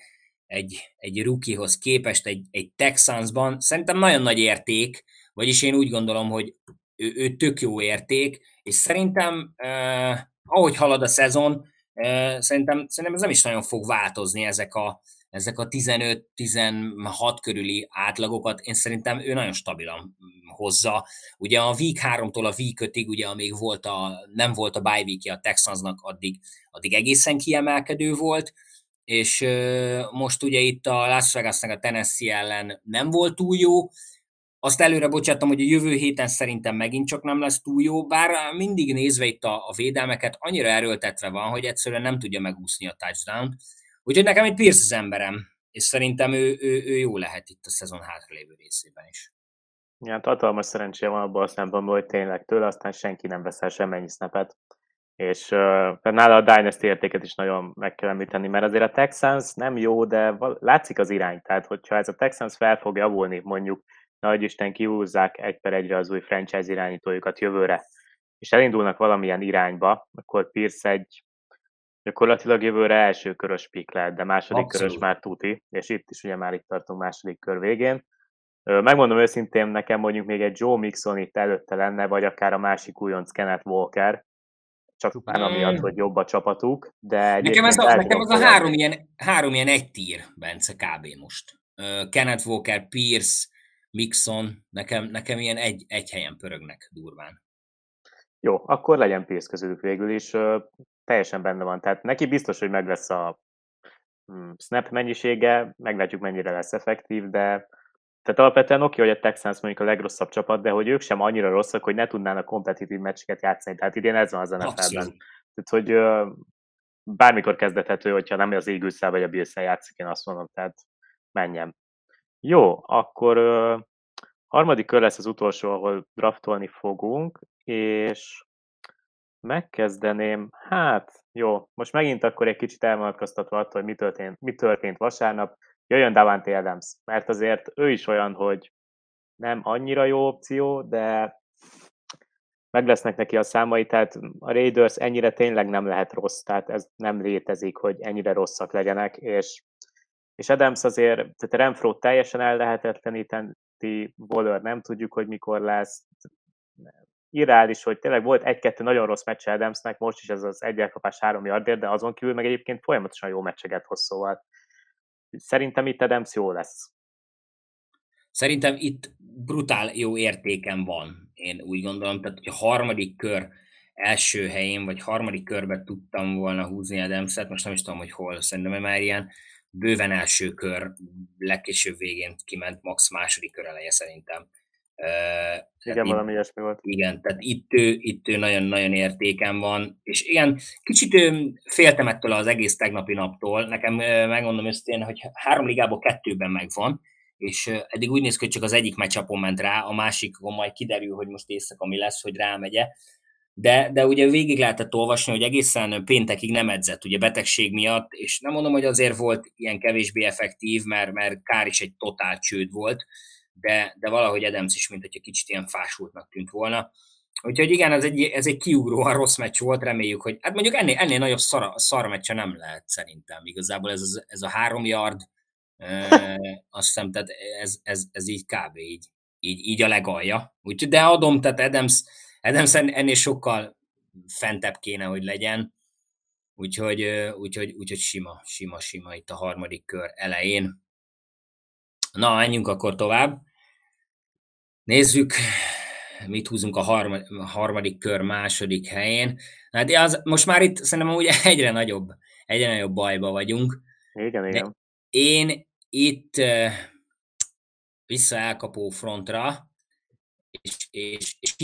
S2: egy, egy rookiehoz képest egy, egy Texansban. Szerintem nagyon nagy érték, vagyis én úgy gondolom, hogy ő, ő tök jó érték, és szerintem uh, ahogy halad a szezon, uh, szerintem, szerintem ez nem is nagyon fog változni ezek a ezek a tizenöt-tizenhat körüli átlagokat, én szerintem ő nagyon stabilan hozza. Ugye a week háromtól a week ötig, ugye amíg volt a, nem volt a bye week-je a Texansnak, addig, addig egészen kiemelkedő volt, és euh, most ugye itt a Las Vegasnak a Tennessee ellen nem volt túl jó, azt előre bocsáttam, hogy a jövő héten szerintem megint csak nem lesz túl jó, bár mindig nézve itt a, a védelmeket annyira erőltetve van, hogy egyszerűen nem tudja megúszni a touchdown-t. Úgyhogy nekem itt Pierce az emberem, és szerintem ő, ő, ő jó lehet itt a szezon hátralévő részében is.
S1: Ja, hatalmas szerencséje van abban a szempontból, hogy tényleg tőle aztán senki nem veszel semmennyi snapet. És uh, nála a Dynasty értéket is nagyon meg kell említeni, mert azért a Texans nem jó, de val- látszik az irány. Tehát, hogyha ez a Texans fel fog javulni, mondjuk, nagy Isten kihúzzák egy per egyre az új franchise irányítójukat jövőre, és elindulnak valamilyen irányba, akkor Pierce egy gyakorlatilag jövőre első körös pick lehet, de második
S2: Abszolút.
S1: körös már tuti, és itt is ugye már itt tartunk második kör végén. Megmondom őszintén, nekem mondjuk még egy Joe Mixon itt előtte lenne, vagy akár a másik újonc Kenneth Walker, csak már amiatt, hogy jobb a csapatuk, de
S2: Nekem ez
S1: egyébként
S2: a,
S1: el
S2: nekem
S1: tudom
S2: az a három
S1: fogadni.
S2: ilyen, három ilyen egy tír, Bence, kb. Most. Uh, Kenneth Walker, Pierce, Mixon, nekem, nekem ilyen egy, egy helyen pörögnek durván.
S1: Jó, akkor legyen Pierce közülük végül is. Uh, teljesen benne van. Tehát neki biztos, hogy meg lesz a um, snap mennyisége, meglátjuk mennyire lesz effektív, de tehát alapvetően oké, hogy a Texans mondjuk a legrosszabb csapat, de hogy ők sem annyira rosszak, hogy ne tudnának kompetitív meccseket játszani. Tehát idén ez van az en ef el-ben. Tehát, hogy uh, bármikor kezdethető, hogyha nem az Eagles-szel vagy a Bills-szel játszik, én azt mondom, tehát menjen. Jó, akkor uh, harmadik kör lesz az utolsó, ahol draftolni fogunk, és megkezdeném, hát jó, most megint akkor egy kicsit elvonatkoztatva attól, hogy mi történt, mi történt vasárnap, jöjjön Davante Adams, mert azért ő is olyan, hogy nem annyira jó opció, de meg lesznek neki a számai, tehát a Raiders ennyire tényleg nem lehet rossz, tehát ez nem létezik, hogy ennyire rosszak legyenek, és, és Adams azért, tehát Renfro teljesen ellehetetleníteni, Waller nem tudjuk, hogy mikor lesz, irreális, hogy tényleg volt egy-kettő nagyon rossz meccse Adamsnek, most is ez az egy elkapás három yardért, de azon kívül meg egyébként folyamatosan jó meccseket hoz, szóval szerintem itt Adams jó lesz.
S2: Szerintem itt brutál jó értéken van, én úgy gondolom, tehát hogy a harmadik kör első helyén, vagy harmadik körben tudtam volna húzni Adamset, most nem is tudom, hogy hol, szerintem már ilyen bőven első kör, legkésőbb végén kiment, max második kör eleje szerintem. Uh,
S1: igen,
S2: itt,
S1: valami ilyesmi volt.
S2: Igen, tehát itt ő, itt ő nagyon-nagyon értéken van, és igen, kicsit ő, féltem ettől az egész tegnapi naptól, nekem megmondom őszintén, hogy három ligából kettőben megvan, és eddig úgy néz ki, hogy csak az egyik meccsapon ment rá, a másikon majd kiderül, hogy most éjszaka mi lesz, hogy rámegye. De, de ugye végig lehetett olvasni, hogy egészen péntekig nem edzett, ugye betegség miatt, és nem mondom, hogy azért volt ilyen kevésbé effektív, mert, mert Kár is egy totál csőd volt, de, de valahogy Adams is, mint hogyha kicsit ilyen fásultnak tűnt volna. Úgyhogy igen, ez egy, ez egy kiugróan rossz meccs volt, reméljük, hogy hát mondjuk ennél, ennél nagyobb szar, szar meccse nem lehet szerintem. Igazából ez, az, ez a három yard, e, azt hiszem, tehát ez, ez, ez így kb. így, így, így a legalja. Úgyhogy, de adom, tehát Adams, Adams ennél sokkal fentebb kéne, hogy legyen. Úgyhogy, úgyhogy, úgyhogy sima, sima, sima itt a harmadik kör elején. Na, menjünk akkor tovább. Nézzük, mit húzunk a harmadik, harmadik kör második helyén. Hát az, most már itt szerintem ugye egyre nagyobb, egyre nagyobb bajba vagyunk.
S1: Igen, igen.
S2: De én itt uh, vissza elkapó frontra, és, és, és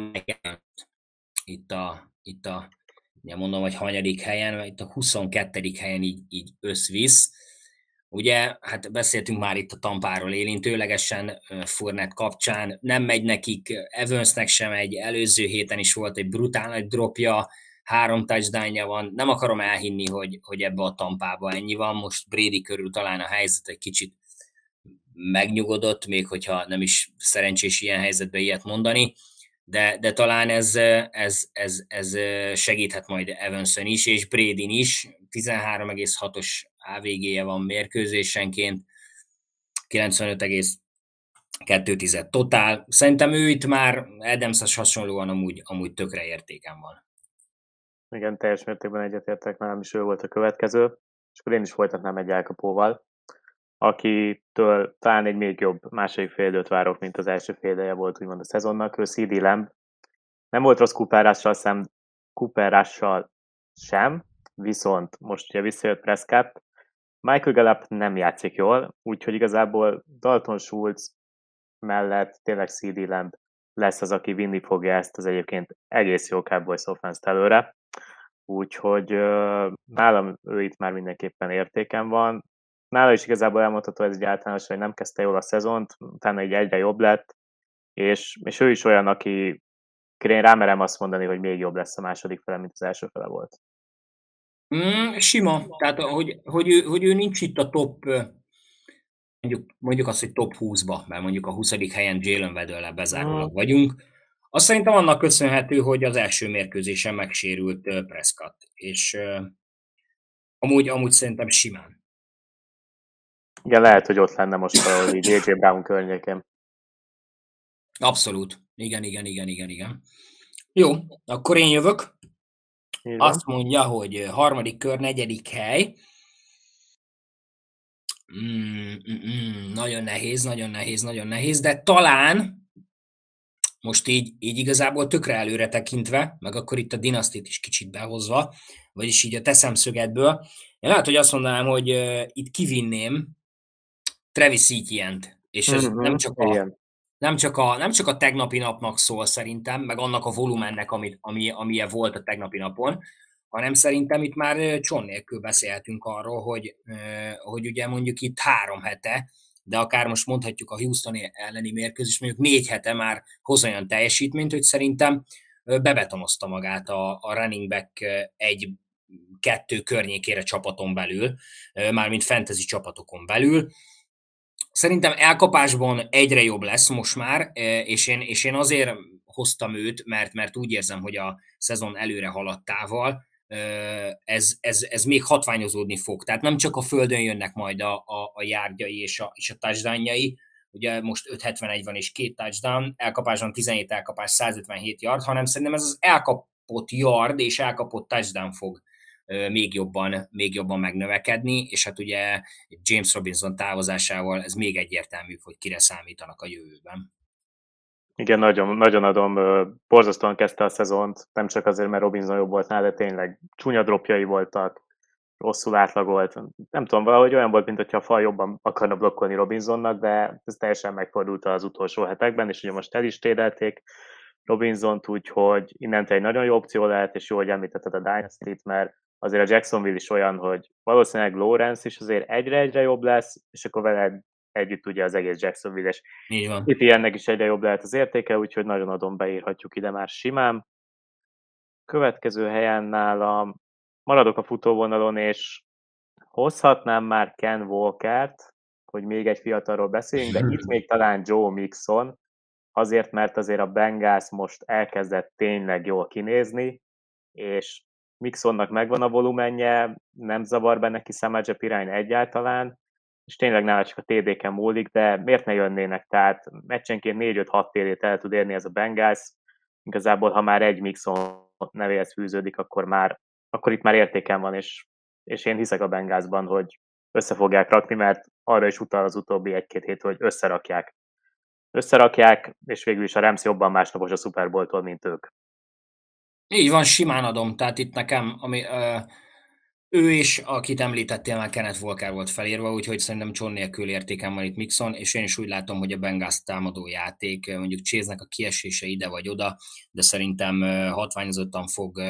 S2: itt a, itt a ugye mondom, hogy hanyadik helyen, itt a huszonkettedik helyen így, így összvisz. Ugye, hát beszéltünk már itt a Tampáról élintőlegesen, Fournette kapcsán, nem megy nekik, Evansnek sem egy, előző héten is volt egy brutál nagy dropja, három touchdownja van, nem akarom elhinni, hogy, hogy ebbe a Tampába ennyi van, most Brady körül talán a helyzet egy kicsit megnyugodott, még hogyha nem is szerencsés ilyen helyzetben ilyet mondani, de, de talán ez, ez, ez, ez segíthet majd Evanson is, és Brady-n is. tizenhárom egész hatos á vé gé-je van mérkőzésenként, kilencvenöt egész kettő totál. Szerintem ő itt már Adamshez hasonlóan amúgy, amúgy tökre értéken van.
S1: Igen, teljes mértékben egyetértek, nálam is ő volt a következő, és akkor én is folytatnám egy elkapóval, akitől talán egy még jobb második fél időt várok, mint az első fél ideje volt úgymond a szezonnak. Ő cé dé Lamb. Nem volt rossz kuperással, szem, kuperással sem, viszont most ugye visszajött Prescott. Michael Gallup nem játszik jól, úgyhogy igazából Dalton Schultz mellett tényleg cé dé Lamb lesz az, aki vinni fogja ezt az egyébként egész jó Cowboys offense-t előre. Úgyhogy uh, nálam ő itt már mindenképpen értéken van. Nála is igazából elmondható ez egy általános, hogy nem kezdte jól a szezont, utána így egyre jobb lett, és, és ő is olyan, aki én rámerem azt mondani, hogy még jobb lesz a második fele, mint az első fele volt.
S2: Mm, sima, tehát hogy, hogy, ő, hogy ő nincs itt a top, mondjuk, mondjuk azt, hogy top húszba, mert mondjuk a huszadik helyen Jalen Waddell-lel bezárólag vagyunk. Azt szerintem annak köszönhető, hogy az első mérkőzésen megsérült Prescott, és uh, amúgy, amúgy szerintem simán.
S1: Igen, lehet, hogy ott lenne most valahol így á jé Brown környékén.
S2: Abszolút. Igen, igen, igen, igen, igen. Jó, akkor én jövök.
S1: Igen.
S2: Azt mondja, hogy harmadik kör, negyedik hely. Mm, mm, mm, nagyon nehéz, nagyon nehéz, nagyon nehéz, de talán most így, így igazából tökre előre tekintve, meg akkor itt a dinasztit is kicsit behozva, vagyis így a te szemszögedből, én lehet, hogy azt mondanám, hogy uh, itt kivinném Travis Etienne-t, és ez
S1: Mm-hmm,
S2: nem csak a,
S1: igen.
S2: nem csak, a, nem csak a tegnapi napnak szól szerintem, meg annak a volumennek, ami, ami, amilyen volt a tegnapi napon, hanem szerintem itt már cson nélkül beszélhetünk arról, hogy, hogy ugye mondjuk itt három hete, de akár most mondhatjuk a Houston elleni mérkőzés, mondjuk négy hete már hoz olyan teljesítményt, hogy szerintem bebetonozta magát a, a running back egy-kettő környékére csapaton belül, mármint fantasy csapatokon belül. Szerintem elkapásban egyre jobb lesz most már, és én, és én azért hoztam őt, mert, mert úgy érzem, hogy a szezon előre haladtával ez, ez, ez még hatványozódni fog. Tehát nem csak a földön jönnek majd a, a, a yardjai és a, és a touchdownjai, ugye most öt hetvenegy van és két touchdown, elkapásban tizenhét elkapás, százötvenhét yard, hanem szerintem ez az elkapott yard és elkapott touchdown fog még jobban, még jobban megnövekedni, és hát ugye James Robinson távozásával ez még egyértelműbb, hogy kire számítanak a jövőben.
S1: Igen, nagyon, nagyon adom, borzasztóan kezdte a szezont, nem csak azért, mert Robinson jobb volt nála, de tényleg csúnya dropjai voltak, rosszul átlagolt. Nem tudom, valahogy olyan volt, mintha a fal jobban akarna blokkolni Robinsonnak, de ez teljesen megfordult az utolsó hetekben, és ugye most el is tédelték Robinsont, úgyhogy innentől egy nagyon jó opció lehet, és jó, hogy említetted a Dynasty-t, mert azért a Jacksonville is olyan, hogy valószínűleg Lawrence is azért egyre-egyre jobb lesz, és akkor vele együtt ugye az egész Jacksonville, és itt ilyennek is egyre jobb lehet az értéke, úgyhogy nagyon adom, beírhatjuk ide már simán. Következő helyen nálam maradok a futóvonalon, és hozhatnám már Ken Walkert, hogy még egy fiatalról beszéljünk, de itt még talán Joe Mixon, azért, mert azért a Bengals most elkezdett tényleg jól kinézni, és Mixonnak megvan a volumenje, nem zavar benne ki Samajep irány egyáltalán, és tényleg nála csak a té dé-ken múlik, de miért ne jönnének? Tehát meccsenként négy-öt-hat té dét el tud érni ez a Bengals, igazából ha már egy Mixon nevéhez fűződik, akkor már akkor itt már értéken van, és, és én hiszek a Bengalsban, hogy össze fogják rakni, mert arra is utal az utóbbi egy-két hét, hogy összerakják. Összerakják, és végül is a Rams jobban másnapos a Super Bowl-tól, mint ők.
S2: Így van, simán adom. Tehát itt nekem, ami, ö, ő is, akit említettél, már Kenneth Walker volt felírva, úgyhogy szerintem cson nélkül értéken van itt Mixon, és én is úgy látom, hogy a Bengals támadó játék, mondjuk Chase-nek a kiesése ide vagy oda, de szerintem hatványozottan fog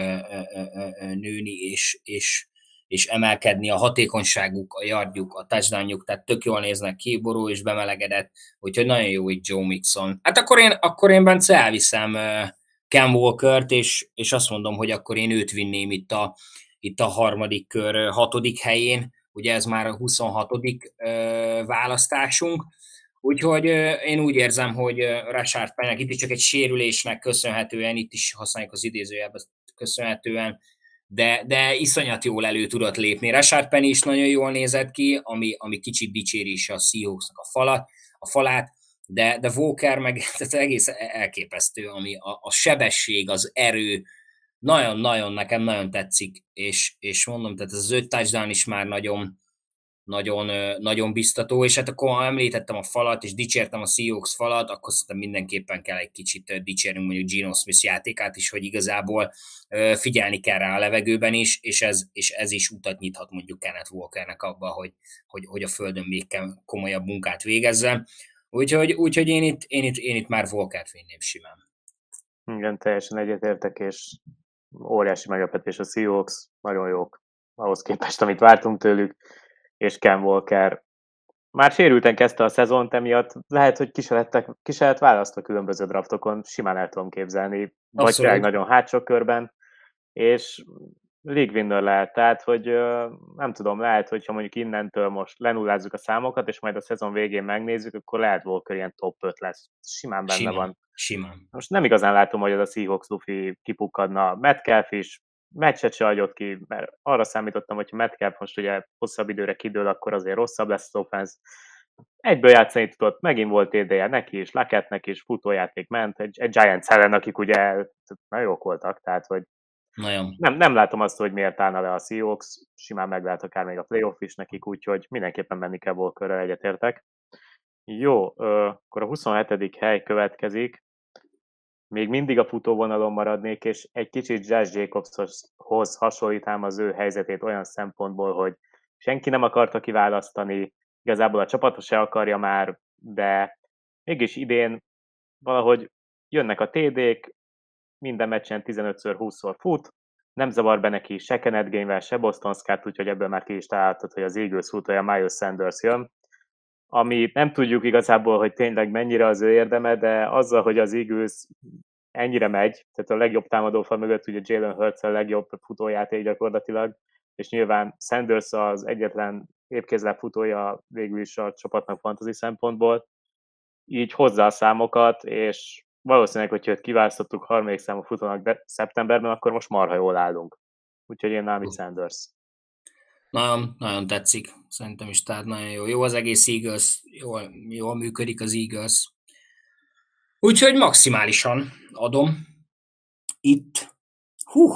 S2: nőni, és, és, és emelkedni a hatékonyságuk, a yardjuk, a touchdownjuk, tehát tök jól néznek ki, ború és bemelegedett, úgyhogy nagyon jó itt Joe Mixon. Hát akkor én, akkor én Bence elviszem Ken Walkert, és, és azt mondom, hogy akkor én őt vinném itt a, itt a harmadik kör hatodik helyén, ugye ez már a huszonhatodik választásunk, Úgyhogy én úgy érzem, hogy Rashard Pennynek itt is csak egy sérülésnek köszönhetően, itt is használjuk az idézőjelbe köszönhetően, de, de iszonyat jól elő tudott lépni. Rashard Penny is nagyon jól nézett ki, ami, ami kicsit dicséri is a Seahawksnak a, falat, a falát, de, de Walker meg tehát egész elképesztő, ami a, a sebesség, az erő, nagyon-nagyon, nekem nagyon tetszik, és, és mondom, tehát az öt touchdown is már nagyon, nagyon, nagyon biztató, és hát akkor ha említettem a falat, és dicsértem a Seahawks falat, akkor szerintem mindenképpen kell egy kicsit dicsérnünk mondjuk Geno Smith játékát is, hogy igazából figyelni kell rá a levegőben is, és ez, és ez is utat nyithat mondjuk Kenneth Walkernek abba, hogy, hogy, hogy a földön még komolyabb munkát végezzen. Úgyhogy, úgyhogy én, itt, én, itt, én itt már Walkert vinném simán.
S1: Igen, teljesen egyetértek, és óriási meglepetés a Seahawks, nagyon jók ahhoz képest, amit vártunk tőlük, és Ken Walker már sérülten kezdte a szezont, emiatt lehet, hogy ki se, lettek, ki se lett választva különböző draftokon, simán el tudom képzelni, vagy tényleg nagyon hátsó körben, és league winner lehet, tehát, hogy nem tudom, lehet, hogyha mondjuk innentől most lenullázzuk a számokat, és majd a szezon végén megnézzük, akkor lehet Walker ilyen top öt lesz. Simán benne
S2: Simán,
S1: van.
S2: simán.
S1: Most nem igazán látom, hogy az a Seahawks lufi kipukkadna. Metcalf is meccset se adott ki, mert arra számítottam, hogy Metcalf most ugye hosszabb időre kidől, akkor azért rosszabb lesz az offense. Egyből játszani tudott, megint volt ideje neki is, Lakettnek is, futójáték ment, egy, egy Giants ellen, akik ugye nagyon jók voltak, tehát hogy
S2: Nagyon.
S1: Nem, nem látom azt, hogy miért állna le a Seahawks, simán meg lehet akár még a playoff is nekik, úgyhogy mindenképpen menni kell Walkerrel, egyetértek. Jó, akkor a huszonhetedik hely következik. Még mindig a futóvonalon maradnék, és egy kicsit Josh Jacobshoz hasonlítám az ő helyzetét olyan szempontból, hogy senki nem akarta kiválasztani, igazából a csapata se akarja már, de mégis idén valahogy jönnek a té dék, minden meccsen tizenötször, húszszor fut, nem zavar be neki se Kenneth Gainwell, se Boston Scott, úgyhogy ebből már ki is találtad, hogy az Eagles futója Miles Sanders jön, ami nem tudjuk igazából, hogy tényleg mennyire az ő érdeme, de azzal, hogy az Eagles ennyire megy, tehát a legjobb támadófal mögött ugye Jalen Hurts a legjobb futójáték gyakorlatilag, és nyilván Sanders az egyetlen épkézláb futója végül is a csapatnak fantasy szempontból, így hozzá a számokat, és valószínűleg, hogyha őt kiválasztottuk harmadik számú futónak de szeptemberben, akkor most marha jól állunk. Úgyhogy én nálam itt Sanders.
S2: Nagyon, nagyon tetszik. Szerintem is, tehát nagyon jó. Jó az egész Eagles, jól, jól működik az Eagles. Úgyhogy maximálisan adom. Itt, hú,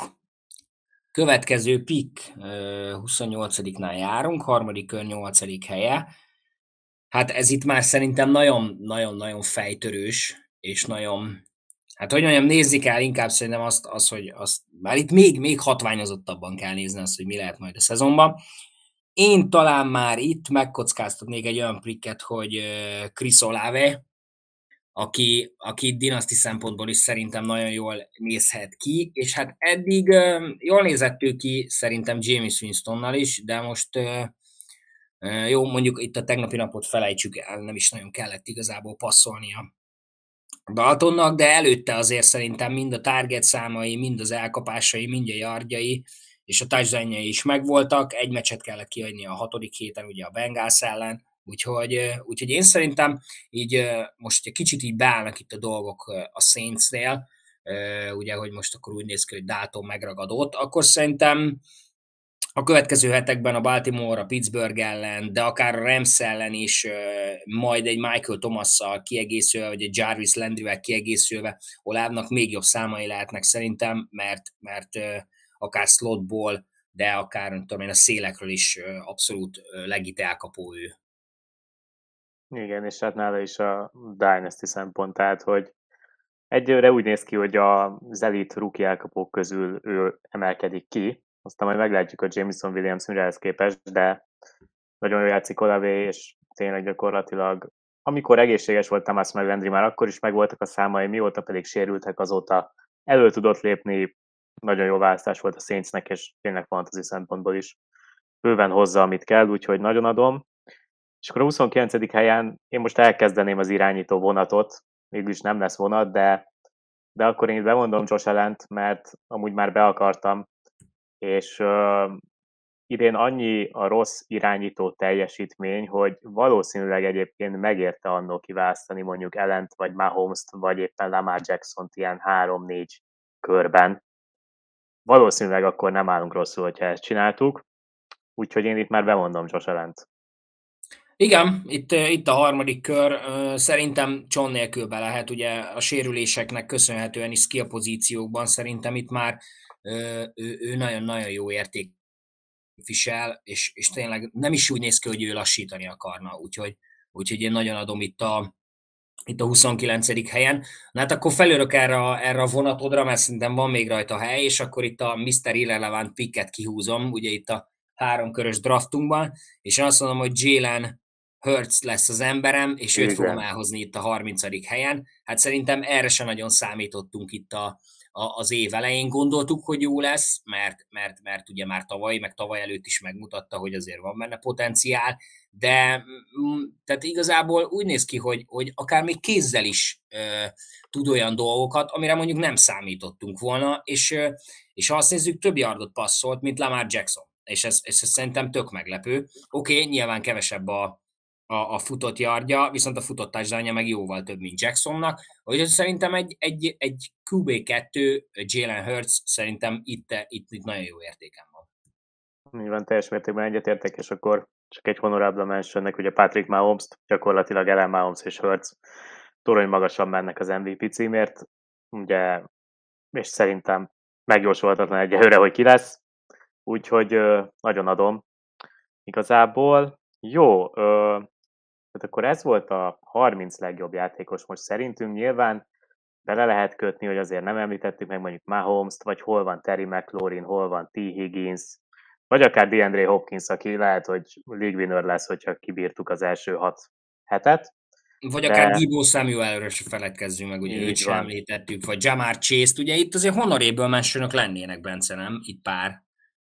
S2: következő pick, huszonnyolcadiknál járunk, harmadik kör, nyolcadik helye. Hát ez itt már szerintem nagyon-nagyon-nagyon fejtörős, és nagyon, hát hogy mondjam, nézni kell inkább szerintem azt, az, hogy azt, már itt még, még hatványozottabban kell nézni azt, hogy mi lehet majd a szezonban. Én talán már itt megkockáztatnék egy olyan prikket, hogy Chris Olave, aki, aki dinaszti szempontból is szerintem nagyon jól nézhet ki, és hát eddig jól nézett ő ki szerintem James Winstonnal is, de most jó, mondjuk itt a tegnapi napot felejtsük el, nem is nagyon kellett igazából passzolnia Daltonnak, de előtte azért szerintem mind a target számai, mind az elkapásai, mind a yardjai, és a touchdownjai is megvoltak, egy meccset kellett kiadni a hatodik héten ugye a Bengals ellen, úgyhogy, úgyhogy én szerintem így most egy kicsit így beállnak itt a dolgok a Saintsnél, ugye, hogy most akkor úgy néz ki, hogy Dalton megragadott, akkor szerintem a következő hetekben a Baltimore, a Pittsburgh ellen, de akár a Rams ellen is, majd egy Michael Thomasszal kiegészülve, vagy egy Jarvis Landryvel kiegészülve, Olávnak még jobb számai lehetnek szerintem, mert, mert akár slotból, de akár nem tudom én, a szélekről is abszolút legit elkapó ő.
S1: Igen, és hát nála is a Dynasty szempont, tehát, hogy egyőre úgy néz ki, hogy az elit rookie elkapók közül ő emelkedik ki, aztán majd meglátjuk a Jameson Williams mirehez képest, de nagyon jól játszik Olave, és tényleg gyakorlatilag amikor egészséges volt Thomas meg Landry, már akkor is megvoltak a számai, mióta pedig sérültek, azóta elő tudott lépni, nagyon jó választás volt a Saintsnek, és tényleg fantasy szempontból is bőven hozza, amit kell, úgyhogy nagyon adom. És akkor a huszonkilencedik helyen én most elkezdeném az irányító vonatot, mégis nem lesz vonat, de, de akkor én bemondom Josh Allent, mert amúgy már be akartam, és uh, idén annyi a rossz irányító teljesítmény, hogy valószínűleg egyébként megérte annól kiválasztani mondjuk Allent, vagy Mahomes-t, vagy éppen Lamar Jackson-t ilyen három-négy körben. Valószínűleg akkor nem állunk rosszul, hogyha ezt csináltuk, úgyhogy én itt már bemondom Josh Allent.
S2: Igen, itt, itt a harmadik kör, szerintem John nélkül be lehet, ugye a sérüléseknek köszönhetően is skill pozíciókban szerintem itt már ő, ő nagyon-nagyon jó érték visel, és, és tényleg nem is úgy néz ki, hogy ő lassítani akarna, úgyhogy, úgyhogy én nagyon adom itt a, itt a huszonkilencedik helyen. Na hát akkor felülök erre a, erre a vonatodra, mert szerintem van még rajta hely, és akkor itt a miszter Irrelevant picket kihúzom, ugye itt a háromkörös draftunkban, és én azt mondom, hogy Jalen Hurts lesz az emberem, és őt fogom
S1: Igen.
S2: elhozni itt a harmincadik helyen. Hát szerintem erre se nagyon számítottunk itt a, a, az év elején. Gondoltuk, hogy jó lesz, mert, mert, mert ugye már tavaly, meg tavaly előtt is megmutatta, hogy azért van benne potenciál, de mm, tehát igazából úgy néz ki, hogy, hogy akár még kézzel is ö, tud olyan dolgokat, amire mondjuk nem számítottunk volna, és, ö, és ha azt nézzük, több yardot passzolt, mint Lamar Jackson. És ez, ez szerintem tök meglepő. Oké, okay, nyilván kevesebb a, a, a futott yardja, viszont a futott touchdownja meg jóval több, mint Jacksonnak. Úgyhogy szerintem egy, egy, egy kú bé kettő Jalen Hurts szerintem itt, itt, itt nagyon jó értéken van.
S1: Nyilván teljes mértékben egyetértek, és akkor csak egy honorable mentionnek, ugye Patrick Mahomes-t, gyakorlatilag Allen Mahomes és Hurts torony magasan mennek az em vé pé címért, ugye, és szerintem megjósolhatatlan egyelőre, hogy ki lesz, úgyhogy ö, nagyon adom. Igazából jó, ö, tehát akkor ez volt a harminc legjobb játékos most szerintünk, nyilván bele lehet kötni, hogy azért nem említettük meg mondjuk Mahomes-t, vagy hol van Terry McLaurin, hol van T. Higgins, vagy akár DeAndre Hopkins, aki lehet, hogy league winner lesz, hogyha kibírtuk az első hat hetet.
S2: Vagy akár
S1: De
S2: Deebo Samuelről se feledkezzünk meg, ugye őt
S1: így
S2: sem
S1: van.
S2: említettük, vagy Jamar Chase-t, ugye itt azért honorable mentionok lennének, Bence, nem? Itt pár.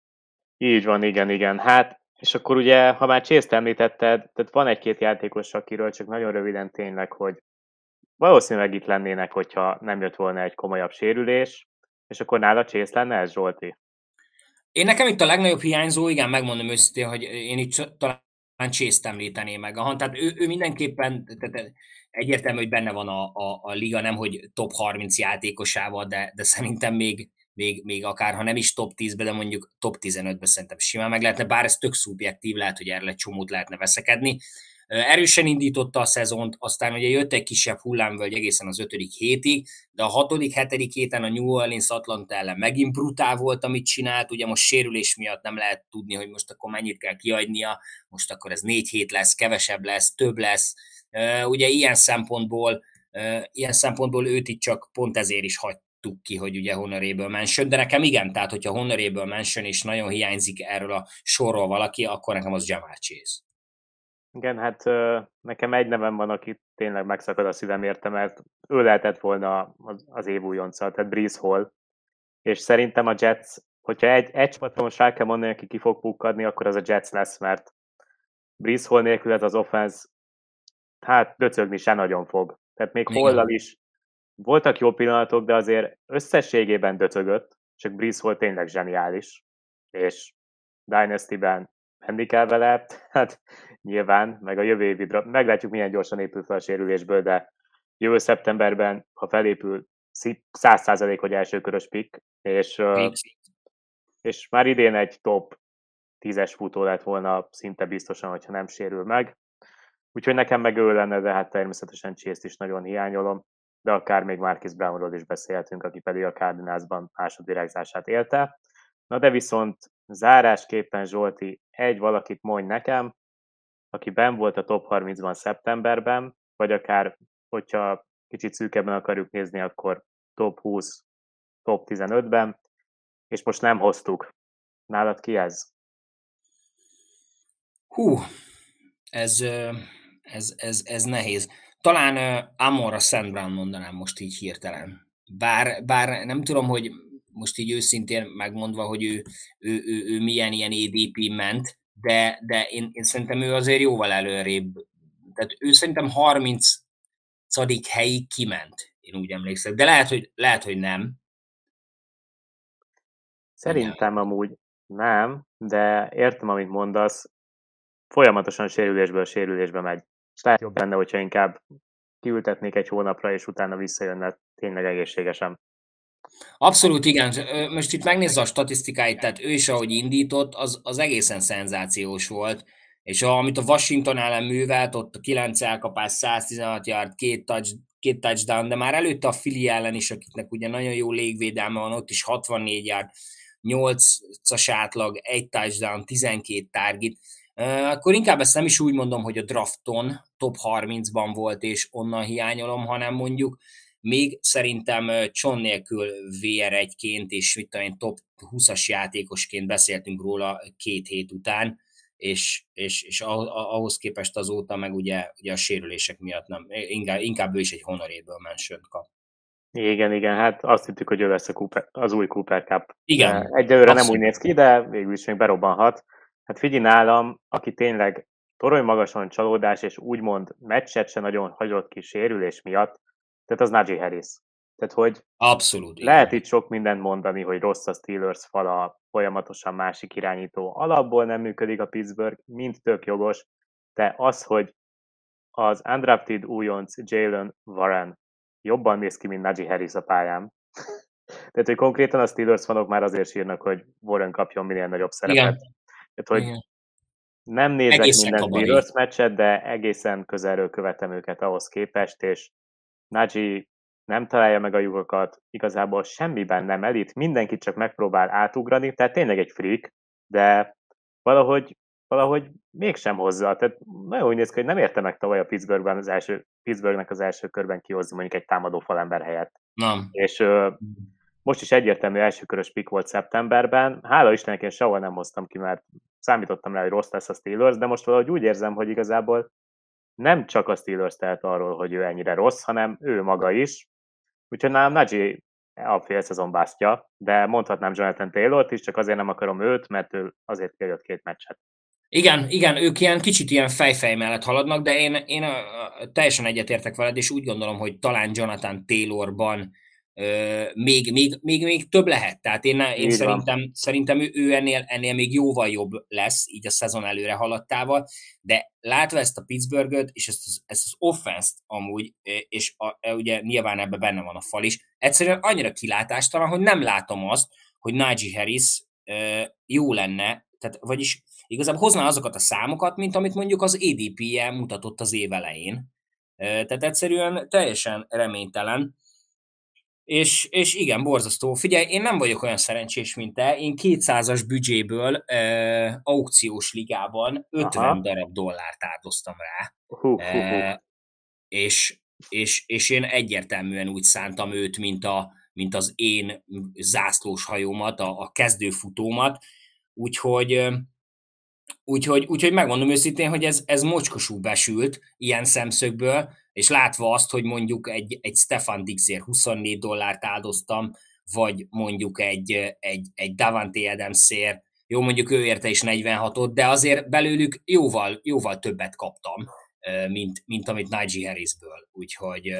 S1: Így van, igen, igen. Hát, és akkor ugye, ha már Chase-t említetted, tehát van egy-két játékos, akiről csak nagyon röviden tényleg, hogy valószínűleg itt lennének, hogyha nem jött volna egy komolyabb sérülés, és akkor nála Chase lenne ez, Zsolti?
S2: Én nekem itt a legnagyobb hiányzó, igen, megmondom őszintén, hogy én itt talán Chase-t említeném meg. Aha, tehát ő, ő mindenképpen tehát egyértelmű, hogy benne van a, a, a liga, nem hogy top harminc játékosával, de, de szerintem még, még, még akár, ha nem is top tízbe, de mondjuk top tizenötbe szerintem simán meg lehetne, bár ez tök szubjektív, lehet, hogy erre egy csomót lehetne veszekedni. Erősen indította a szezont, aztán ugye jött egy kisebb hullámvölgy egészen az ötödik hétig, de a hatodik, hetedik héten a New Orleans Atlanta ellen megint brutál volt, amit csinált, ugye most sérülés miatt nem lehet tudni, hogy most akkor mennyit kell kiadnia, most akkor ez négy hét lesz, kevesebb lesz, több lesz. Ugye ilyen szempontból, ilyen szempontból őt itt csak pont ezért is hagytuk ki, hogy ugye honorable mention, de nekem igen, tehát hogyha honorable mention és nagyon hiányzik erről a sorról valaki, akkor nekem az Jamar Chase.
S1: Igen, hát nekem egy nevem van, aki tényleg megszakad a szívem érte, mert ő lehetett volna az, az év újonca, tehát Breeze Hall. És szerintem a Jets, hogyha egy, egy csapaton most el kell mondani, aki ki fog pukkadni, akkor az a Jets lesz, mert Breeze Hall nélkül ez az offense, hát döcögni se nagyon fog. Tehát még Hallal is voltak jó pillanatok, de azért összességében döcögött, csak Breeze Hall tényleg zseniális. És Dynasty-ben menni kell vele, hát nyilván, meg a jövő évi, meglátjuk milyen gyorsan épül fel a sérülésből, de jövő szeptemberben, ha felépül, száz százalék, hogy elsőkörös pick, és, és már idén egy top tízes futó lett volna szinte biztosan, hogyha nem sérül meg. Úgyhogy nekem meg ő lenne, de hát természetesen Chase-t is nagyon hiányolom, de akár még Marquise Brownról is beszélhetünk, aki pedig a Cardinalsban másodvirágzását élte. Na de viszont zárásképpen, Zsolti, egy valakit mondj nekem, aki benn volt a top harmincban szeptemberben, vagy akár, hogyha kicsit szűkebben akarjuk nézni, akkor top húsz, top tizenötben, és most nem hoztuk. Nálad ki ez?
S2: Hú, ez, ez, ez, ez nehéz. Talán uh, Amon-Ra Saint Brown mondanám most így hirtelen. Bár, bár nem tudom, hogy most így őszintén megmondva, hogy ő, ő, ő, ő milyen ilyen á dé pé ment, de, de én, én szerintem ő azért jóval előrébb. Tehát ő szerintem harmincadik helyig kiment, én úgy emlékszem. De lehet, hogy, lehet, hogy nem.
S1: Szerintem amúgy Nem, de értem, amit mondasz, folyamatosan sérülésből sérülésbe megy. És lehet jobb lenne, hogyha inkább kiültetnék egy hónapra, és utána visszajönne tényleg egészségesen.
S2: Abszolút igen. Most itt megnézze a statisztikáit, tehát ő is, ahogy indított, az, az egészen szenzációs volt. És a, amit a Washington ellen művelt, ott a kilenc elkapás, száztizenhat yard, két, touch, két touchdown, de már előtte a Philly ellen is, akiknek ugye nagyon jó légvédelme van, ott is hatvannégy yard, nyolcas átlag, egy touchdown, tizenkét target. Akkor inkább ezt nem is úgy mondom, hogy a drafton top harmincban volt, és onnan hiányolom, hanem mondjuk még szerintem Cson nélkül vé er egyként, és mit tudom én, top húszas játékosként beszéltünk róla két hét után, és, és, és ahhoz képest azóta meg ugye, ugye a sérülések miatt nem. Inkább, inkább ő is egy honorable mention kap.
S1: Igen, igen, hát azt hittük, hogy ő lesz a Cooper, az új Cooper Cup.
S2: Igen.
S1: Egyelőre nem úgy néz ki, de végül is még berobbanhat. Hát figyelj nálam, aki tényleg torony magason csalódás, és úgymond meccset se nagyon hagyott ki sérülés miatt, tehát az Najee Harris. Tehát, hogy
S2: abszolút,
S1: lehet
S2: igen.
S1: itt sok mindent mondani, hogy rossz a Steelers fala, folyamatosan másik irányító, alapból nem működik a Pittsburgh, mind tök jogos, de az, hogy az undrafted újonc Jalen Warren jobban néz ki, mint Najee Harris a pályán. Tehát, hogy konkrétan a Steelers fanok már azért sírnak, hogy Warren kapjon minél nagyobb szerepet.
S2: Igen.
S1: Tehát, hogy
S2: igen.
S1: nem nézek
S2: Egészen
S1: minden
S2: kabari.
S1: Steelers meccset, de egészen közelről követem őket ahhoz képest, és Najee nem találja meg a lyukakat, igazából semmiben nem elit, mindenki csak megpróbál átugrani, tehát tényleg egy freak, de valahogy, valahogy mégsem hozza. Tehát nagyon úgy néz ki, hogy nem érte meg tavaly a Pittsburghben az első, Pittsburghnek az első körben kihozni mondjuk egy támadó falember helyett.
S2: Nem.
S1: És ö, most is egyértelmű elsőkörös pick volt szeptemberben. Hála Istennek én sehol nem hoztam ki, mert számítottam rá, hogy rossz lesz a Steelers, de most valahogy úgy érzem, hogy igazából nem csak a Steelers tehet arról, hogy ő ennyire rossz, hanem ő maga is. Úgyhogy nálam Najee a félszezon básztja, de mondhatnám Jonathan Taylort is, csak azért nem akarom őt, mert ő azért kijött két meccset.
S2: Igen, igen, ők ilyen kicsit ilyen fejfej mellett haladnak, de én, én a, a, teljesen egyetértek veled, és úgy gondolom, hogy talán Jonathan Taylorban ö, még, még, még, még több lehet. Tehát én, én szerintem, szerintem ő, ő ennél, ennél még jóval jobb lesz, így a szezon előre haladtával, de látva ezt a Pittsburghöt, és ezt, az, ezt az offense-t amúgy, és a, ugye nyilván ebben benne van a fal is, egyszerűen annyira kilátástalan, hogy nem látom azt, hogy Najee Harris ö, jó lenne, tehát, vagyis igazából hozná azokat a számokat, mint amit mondjuk az á dé pé-je mutatott az év elején. Tehát egyszerűen teljesen reménytelen. És, és igen, borzasztó. Figyelj, én nem vagyok olyan szerencsés, mint te. Én kétszázas büdzséből uh, aukciós ligában ötven Aha. darab dollárt áldoztam rá.
S1: Hú, hú, hú.
S2: Uh, és, és, és én egyértelműen úgy szántam őt, mint, a, mint az én zászlós hajómat, a, a kezdőfutómat. Úgyhogy Úgyhogy, úgyhogy megmondom őszintén, hogy ez, ez mocskosú besült ilyen szemszögből, és látva azt, hogy mondjuk egy, egy Stefan Diggsért huszonnégy dollárt áldoztam, vagy mondjuk egy, egy, egy Davante Adamsért, jó, mondjuk ő érte is negyvenhatot, de azért belőlük jóval, jóval többet kaptam, mint, mint amit Najee Harrisből. Úgyhogy,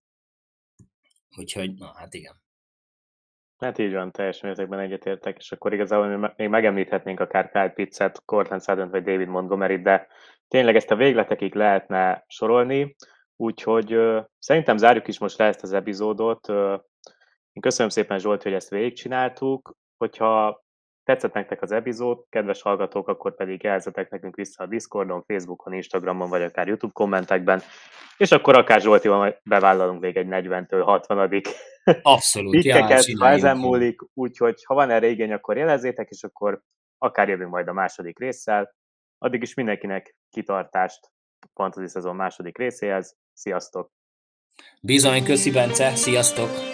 S2: úgyhogy, na hát igen.
S1: Hát így van, teljes mértékben egyetértek, és akkor igazából még megemlíthetnénk akár Kyle Pitts-et, Cortland Sutton vagy David Montgomery-t, de tényleg ezt a végletekig lehetne sorolni, úgyhogy uh, szerintem zárjuk is most le ezt az epizódot. Uh, én köszönöm szépen, Zsolt, hogy ezt végigcsináltuk, hogyha tetszett nektek az epizód, kedves hallgatók, akkor pedig jelzetek nekünk vissza a Discordon, Facebookon, Instagramon, vagy akár YouTube kommentekben, és akkor akár Zsoltival bevállalunk még egy negyventől hatvanadik
S2: Abszolút,
S1: ja, ha ezen múlik, úgyhogy ha van erre igény, akkor jelezzétek, és akkor akár jövünk majd a második résszel. Addig is mindenkinek kitartást a fantasy szezon második részéhez. Sziasztok!
S2: Bizony, köszi Bence, sziasztok!